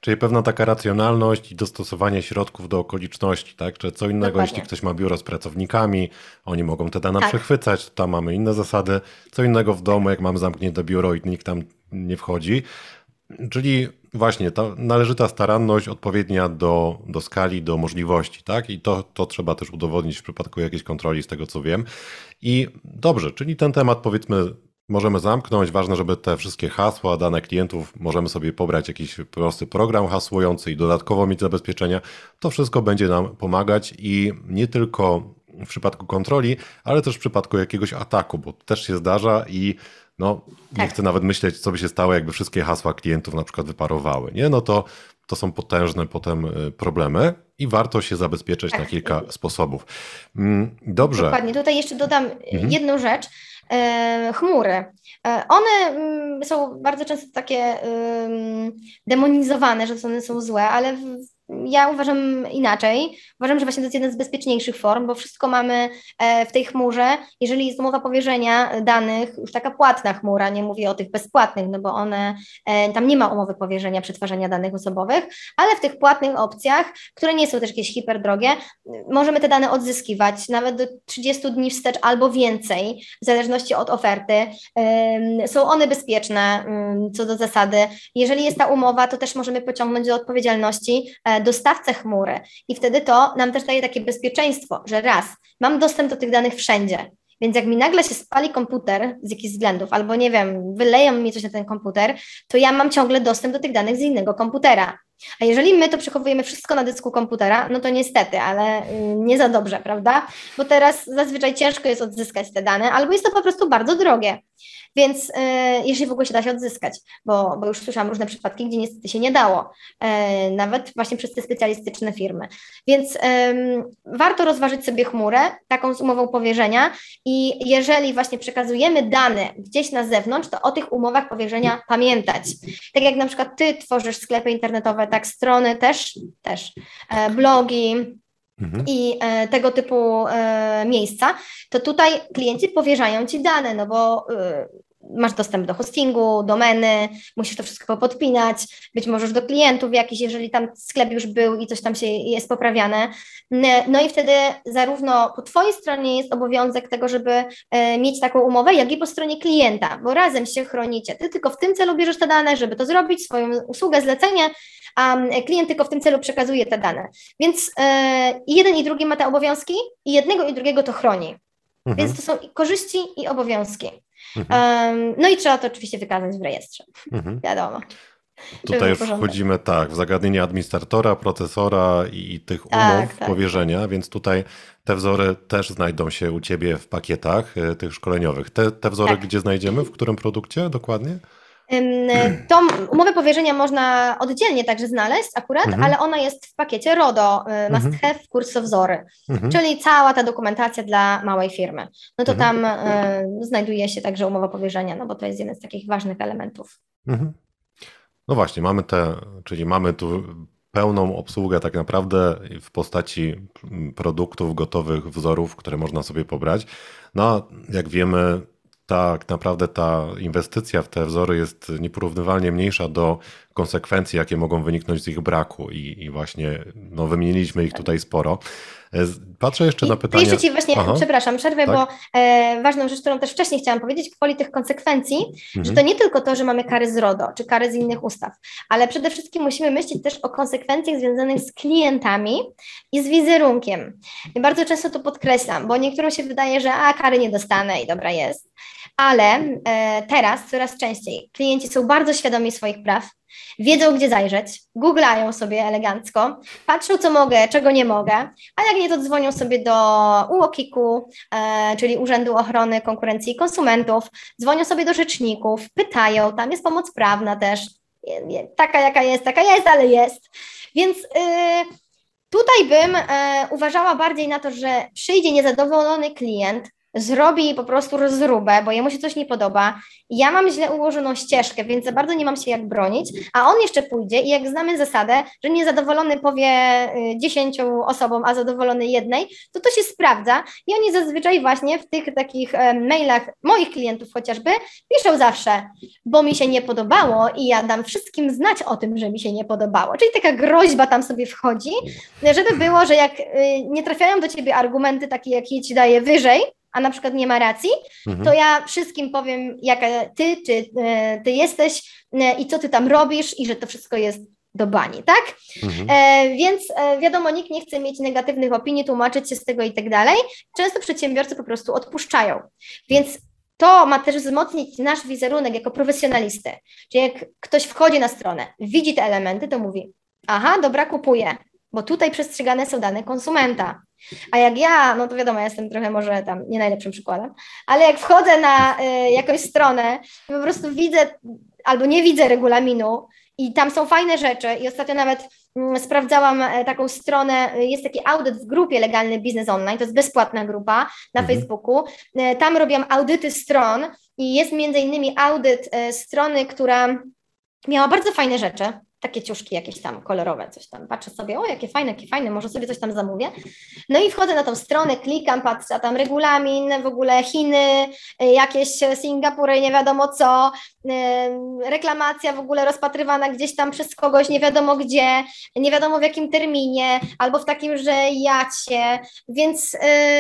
Czyli pewna taka racjonalność i dostosowanie środków do okoliczności, tak? Czy co innego, Dokładnie. jeśli ktoś ma biuro z pracownikami, oni mogą te dane Tak. przechwycać, tam mamy inne zasady. Co innego w domu, jak mamy zamknięte biuro i nikt tam nie wchodzi. Czyli właśnie ta należyta staranność odpowiednia do skali, do możliwości, tak? I to trzeba też udowodnić w przypadku jakiejś kontroli, z tego co wiem. I dobrze, czyli ten temat powiedzmy możemy zamknąć. Ważne, żeby te wszystkie hasła, dane klientów, możemy sobie pobrać jakiś prosty program hasłujący i dodatkowo mieć zabezpieczenia. To wszystko będzie nam pomagać i nie tylko w przypadku kontroli, ale też w przypadku jakiegoś ataku, bo to też się zdarza i no, nie Tak. chcę nawet myśleć, co by się stało, jakby wszystkie hasła klientów na przykład wyparowały. Nie? No to są potężne potem problemy i warto się zabezpieczyć na kilka sposobów. Dobrze. Dokładnie. Tutaj jeszcze dodam jedną rzecz. Chmury. One są bardzo często takie demonizowane, że one są złe, ale ja uważam inaczej. Uważam, że właśnie to jest jedna z bezpieczniejszych form, bo wszystko mamy w tej chmurze. Jeżeli jest umowa powierzenia danych, już taka płatna chmura, nie mówię o tych bezpłatnych, no bo one, tam nie ma umowy powierzenia przetwarzania danych osobowych, ale w tych płatnych opcjach, które nie są też jakieś hiperdrogie, możemy te dane odzyskiwać nawet do 30 dni wstecz albo więcej, w zależności od oferty. Są one bezpieczne co do zasady. Jeżeli jest ta umowa, to też możemy pociągnąć do odpowiedzialności dostawcę chmury i wtedy to nam też daje takie bezpieczeństwo, że raz, mam dostęp do tych danych wszędzie, więc jak mi nagle się spali komputer z jakichś względów, albo nie wiem, wyleją mi coś na ten komputer, to ja mam ciągle dostęp do tych danych z innego komputera. A jeżeli my to przechowujemy wszystko na dysku komputera, no to niestety, ale nie za dobrze, prawda? Bo teraz zazwyczaj ciężko jest odzyskać te dane, albo jest to po prostu bardzo drogie. Więc jeżeli w ogóle się da się odzyskać, bo już słyszałam różne przypadki, gdzie niestety się nie dało, nawet właśnie przez te specjalistyczne firmy. Więc warto rozważyć sobie chmurę, taką z umową powierzenia i jeżeli właśnie przekazujemy dane gdzieś na zewnątrz, to o tych umowach powierzenia pamiętać. Tak jak na przykład ty tworzysz sklepy internetowe, tak strony też blogi, i tego typu miejsca, to tutaj klienci powierzają ci dane, no bo masz dostęp do hostingu, domeny, musisz to wszystko podpinać, być może już do klientów jakiś, jeżeli tam sklep już był i coś tam się jest poprawiane. No i wtedy zarówno po twojej stronie jest obowiązek tego, żeby mieć taką umowę, jak i po stronie klienta, bo razem się chronicie. Ty tylko w tym celu bierzesz te dane, żeby to zrobić, swoją usługę, zlecenie, a klient tylko w tym celu przekazuje te dane. Więc i jeden i drugi ma te obowiązki i jednego i drugiego to chroni. Więc to są i korzyści i obowiązki. No i trzeba to oczywiście wykazać w rejestrze. Wiadomo. Tutaj już wchodzimy w zagadnienie administratora, procesora i tych umów powierzenia, więc tutaj te wzory też znajdą się u Ciebie w pakietach tych szkoleniowych. Te wzory gdzie znajdziemy? W którym produkcie dokładnie? Tą umowę powierzenia można oddzielnie także znaleźć akurat, ale ona jest w pakiecie RODO, must have, kursowzory, czyli cała ta dokumentacja dla małej firmy. No to tam znajduje się także umowa powierzenia, no bo to jest jeden z takich ważnych elementów. No właśnie, czyli mamy tu pełną obsługę tak naprawdę w postaci produktów, gotowych wzorów, które można sobie pobrać. No jak wiemy, tak naprawdę ta inwestycja w te wzory jest nieporównywalnie mniejsza do konsekwencji, jakie mogą wyniknąć z ich braku i właśnie wymieniliśmy ich tutaj sporo. Patrzę jeszcze na pytanie. Jeszcze Ci właśnie, przepraszam, przerwę, bo ważną rzecz, którą też wcześniej chciałam powiedzieć, gwoli tych konsekwencji, że to nie tylko to, że mamy kary z RODO, czy kary z innych ustaw, ale przede wszystkim musimy myśleć też o konsekwencjach związanych z klientami i z wizerunkiem. I bardzo często to podkreślam, bo niektórym się wydaje, że kary nie dostanę i dobra jest, ale teraz coraz częściej klienci są bardzo świadomi swoich praw, wiedzą, gdzie zajrzeć, googlają sobie elegancko, patrzą, co mogę, czego nie mogę, a jak nie, to dzwonią sobie do UOKiK-u, czyli Urzędu Ochrony Konkurencji i Konsumentów, dzwonią sobie do rzeczników, pytają, tam jest pomoc prawna też, taka jaka jest, ale jest. Więc tutaj bym uważała bardziej na to, że przyjdzie niezadowolony klient, zrobi po prostu rozróbę, bo jemu się coś nie podoba, ja mam źle ułożoną ścieżkę, więc za bardzo nie mam się jak bronić, a on jeszcze pójdzie i jak znamy zasadę, że niezadowolony powie 10 osobom, a zadowolony jednej, to się sprawdza i oni zazwyczaj właśnie w tych takich mailach moich klientów chociażby piszą zawsze, bo mi się nie podobało i ja dam wszystkim znać o tym, że mi się nie podobało, czyli taka groźba tam sobie wchodzi, żeby było, że jak nie trafiają do ciebie argumenty takie, jakie ci daję wyżej, a na przykład nie ma racji, to ja wszystkim powiem, jaka ty jesteś i co ty tam robisz i że to wszystko jest do bani, tak? Więc wiadomo, nikt nie chce mieć negatywnych opinii, tłumaczyć się z tego i tak dalej. Często przedsiębiorcy po prostu odpuszczają, więc to ma też wzmocnić nasz wizerunek jako profesjonalisty. Czyli jak ktoś wchodzi na stronę, widzi te elementy, to mówi, aha, dobra, kupuję, bo tutaj przestrzegane są dane konsumenta. A jak ja, no to wiadomo, ja jestem trochę może tam nie najlepszym przykładem, ale jak wchodzę na jakąś stronę i po prostu widzę albo nie widzę regulaminu i tam są fajne rzeczy i ostatnio nawet sprawdzałam taką stronę, jest taki audyt w grupie Legalny Biznes Online, to jest bezpłatna grupa na Facebooku, tam robiłam audyty stron i jest między innymi audyt strony, która miała bardzo fajne rzeczy, takie ciuszki jakieś tam kolorowe, coś tam, patrzę sobie, o jakie fajne, może sobie coś tam zamówię. No i wchodzę na tą stronę, klikam, patrzę, a tam regulamin, w ogóle Chiny, jakieś Singapury, nie wiadomo co, reklamacja w ogóle rozpatrywana gdzieś tam przez kogoś, nie wiadomo gdzie, nie wiadomo w jakim terminie, albo w takim, że jacie, więc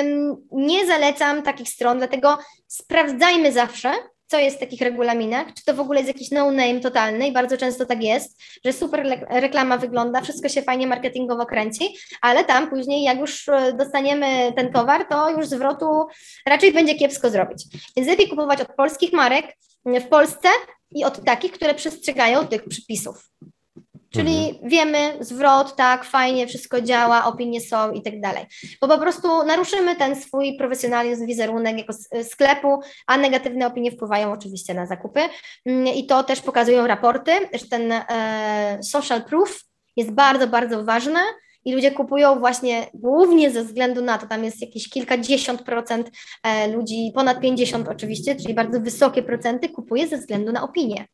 nie zalecam takich stron, dlatego sprawdzajmy zawsze, co jest w takich regulaminach, czy to w ogóle jest jakiś no-name totalny i bardzo często tak jest, że super reklama wygląda, wszystko się fajnie marketingowo kręci, ale tam później jak już dostaniemy ten towar, to już zwrotu raczej będzie kiepsko zrobić. Więc lepiej kupować od polskich marek w Polsce i od takich, które przestrzegają tych przepisów. Czyli wiemy, zwrot, tak, fajnie, wszystko działa, opinie są i tak dalej. Bo po prostu naruszymy ten swój profesjonalizm, wizerunek jako sklepu, a negatywne opinie wpływają oczywiście na zakupy. I to też pokazują raporty, że ten social proof jest bardzo, bardzo ważny i ludzie kupują właśnie głównie ze względu na to, tam jest jakieś kilkadziesiąt procent ludzi, ponad 50 oczywiście, czyli bardzo wysokie procenty kupuje ze względu na opinię.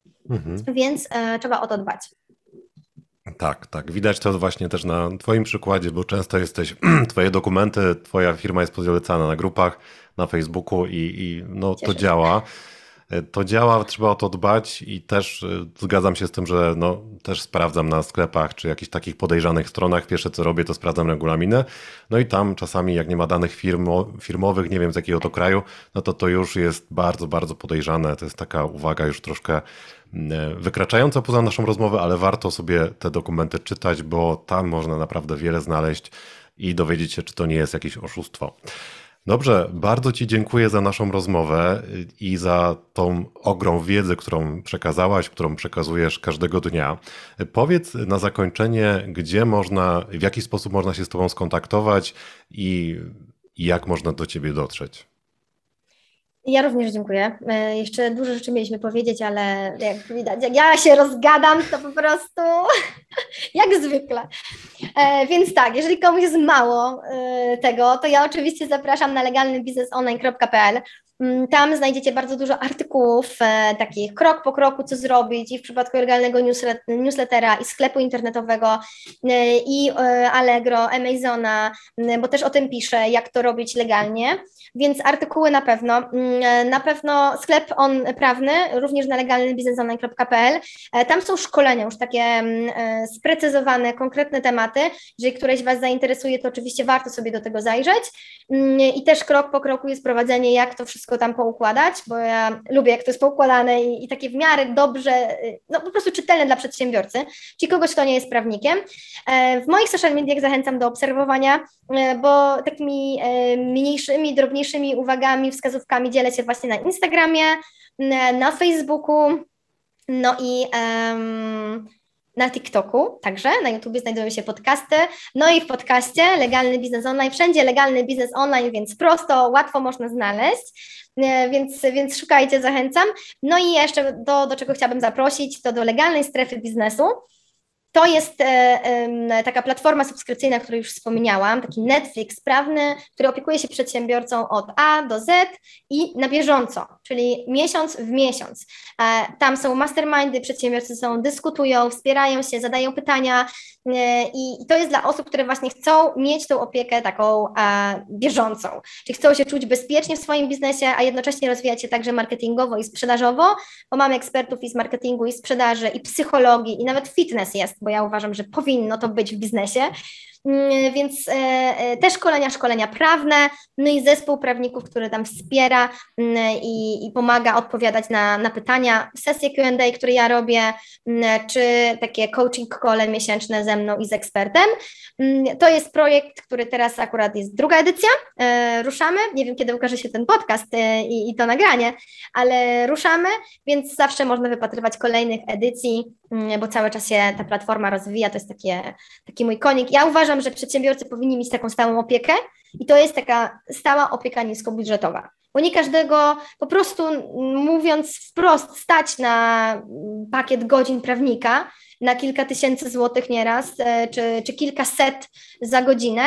Więc trzeba o to dbać. Tak. Widać to właśnie też na twoim przykładzie, bo często twoje dokumenty, twoja firma jest polecana na grupach, na Facebooku i no to działa. To działa, trzeba o to dbać i też zgadzam się z tym, że no, też sprawdzam na sklepach czy jakichś takich podejrzanych stronach. Pierwsze co robię, to sprawdzam regulaminy. No i tam czasami jak nie ma danych firmowych, nie wiem z jakiego to kraju, no to już jest bardzo, bardzo podejrzane. To jest taka uwaga już troszkę wykraczająca poza naszą rozmowę, ale warto sobie te dokumenty czytać, bo tam można naprawdę wiele znaleźć i dowiedzieć się, czy to nie jest jakieś oszustwo. Dobrze, bardzo Ci dziękuję za naszą rozmowę i za tą ogrom wiedzy, którą przekazałaś, którą przekazujesz każdego dnia. Powiedz na zakończenie, w jaki sposób można się z Tobą skontaktować i jak można do Ciebie dotrzeć. Ja również dziękuję. Jeszcze dużo rzeczy mieliśmy powiedzieć, ale jak widać, jak ja się rozgadam, to po prostu jak zwykle. Więc tak, jeżeli komuś jest mało tego, to ja oczywiście zapraszam na legalnybiznesonline.pl. Tam znajdziecie bardzo dużo artykułów takich krok po kroku, co zrobić i w przypadku legalnego newslettera i sklepu internetowego i Allegro, Amazona, bo też o tym piszę, jak to robić legalnie. Więc artykuły na pewno sklep prawny, również na legalnybiznesonline.pl. Tam są szkolenia już takie sprecyzowane, konkretne tematy. Jeżeli któreś Was zainteresuje, to oczywiście warto sobie do tego zajrzeć. I też krok po kroku jest prowadzenie, jak to wszystko tam poukładać, bo ja lubię, jak to jest poukładane i takie w miarę dobrze, no po prostu czytelne dla przedsiębiorcy, czyli kogoś, kto nie jest prawnikiem. W moich social mediach zachęcam do obserwowania, bo takimi mniejszymi, drobniejszymi uwagami, wskazówkami dzielę się właśnie na Instagramie, na Facebooku, no i na TikToku także, na YouTubie znajdują się podcasty, no i w podcaście Legalny Biznes Online, wszędzie Legalny Biznes Online, więc prosto, łatwo można znaleźć, więc szukajcie, zachęcam. No i jeszcze do czego chciałabym zaprosić, to do legalnej strefy biznesu. To jest taka platforma subskrypcyjna, o której już wspomniałam, taki Netflix sprawny, który opiekuje się przedsiębiorcą od A do Z i na bieżąco, czyli miesiąc w miesiąc. Tam są mastermindy, przedsiębiorcy dyskutują, wspierają się, zadają pytania i to jest dla osób, które właśnie chcą mieć tą opiekę taką bieżącą, czyli chcą się czuć bezpiecznie w swoim biznesie, a jednocześnie rozwijać się także marketingowo i sprzedażowo, bo mamy ekspertów i z marketingu, i sprzedaży, i psychologii, i nawet fitness jest, bo ja uważam, że powinno to być w biznesie. Więc te szkolenia prawne, no i zespół prawników, który tam wspiera i pomaga odpowiadać na pytania, sesje Q&A, które ja robię, czy takie coaching call miesięczne ze mną i z ekspertem. To jest projekt, który teraz akurat jest druga edycja, ruszamy, nie wiem kiedy ukaże się ten podcast i to nagranie, ale ruszamy, więc zawsze można wypatrywać kolejnych edycji, bo cały czas się ta platforma rozwija, to jest taki mój konik. Ja uważam, że przedsiębiorcy powinni mieć taką stałą opiekę i to jest taka stała opieka niskobudżetowa, bo nie każdego, po prostu mówiąc wprost, stać na pakiet godzin prawnika, na kilka tysięcy złotych nieraz, czy kilkaset za godzinę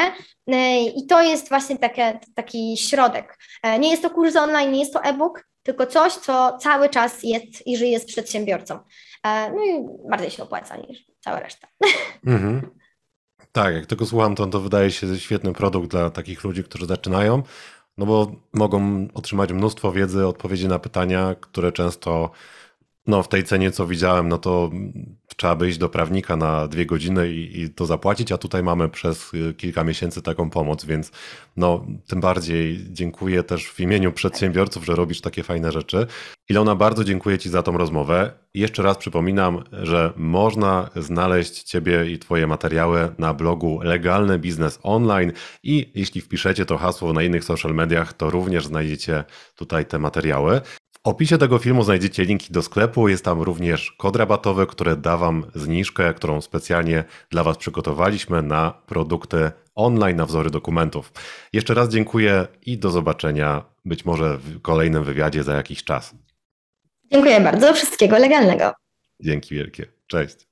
i to jest właśnie taki środek. Nie jest to kurs online, nie jest to e-book, tylko coś, co cały czas jest i żyje z przedsiębiorcą. No i bardziej się opłaca niż cała reszta. Mhm. Tak, jak tego słucham, to wydaje się świetny produkt dla takich ludzi, którzy zaczynają, no bo mogą otrzymać mnóstwo wiedzy, odpowiedzi na pytania, które często w tej cenie, co widziałem, no to trzeba by iść do prawnika na 2 godziny i to zapłacić, a tutaj mamy przez kilka miesięcy taką pomoc, więc tym bardziej dziękuję też w imieniu przedsiębiorców, że robisz takie fajne rzeczy. Ilona, bardzo dziękuję Ci za tą rozmowę. I jeszcze raz przypominam, że można znaleźć Ciebie i Twoje materiały na blogu Legalny Biznes Online i jeśli wpiszecie to hasło na innych social mediach, to również znajdziecie tutaj te materiały. W opisie tego filmu znajdziecie linki do sklepu, jest tam również kod rabatowy, który da Wam zniżkę, którą specjalnie dla Was przygotowaliśmy na produkty online, na wzory dokumentów. Jeszcze raz dziękuję i do zobaczenia być może w kolejnym wywiadzie za jakiś czas. Dziękuję bardzo, wszystkiego legalnego. Dzięki wielkie, cześć.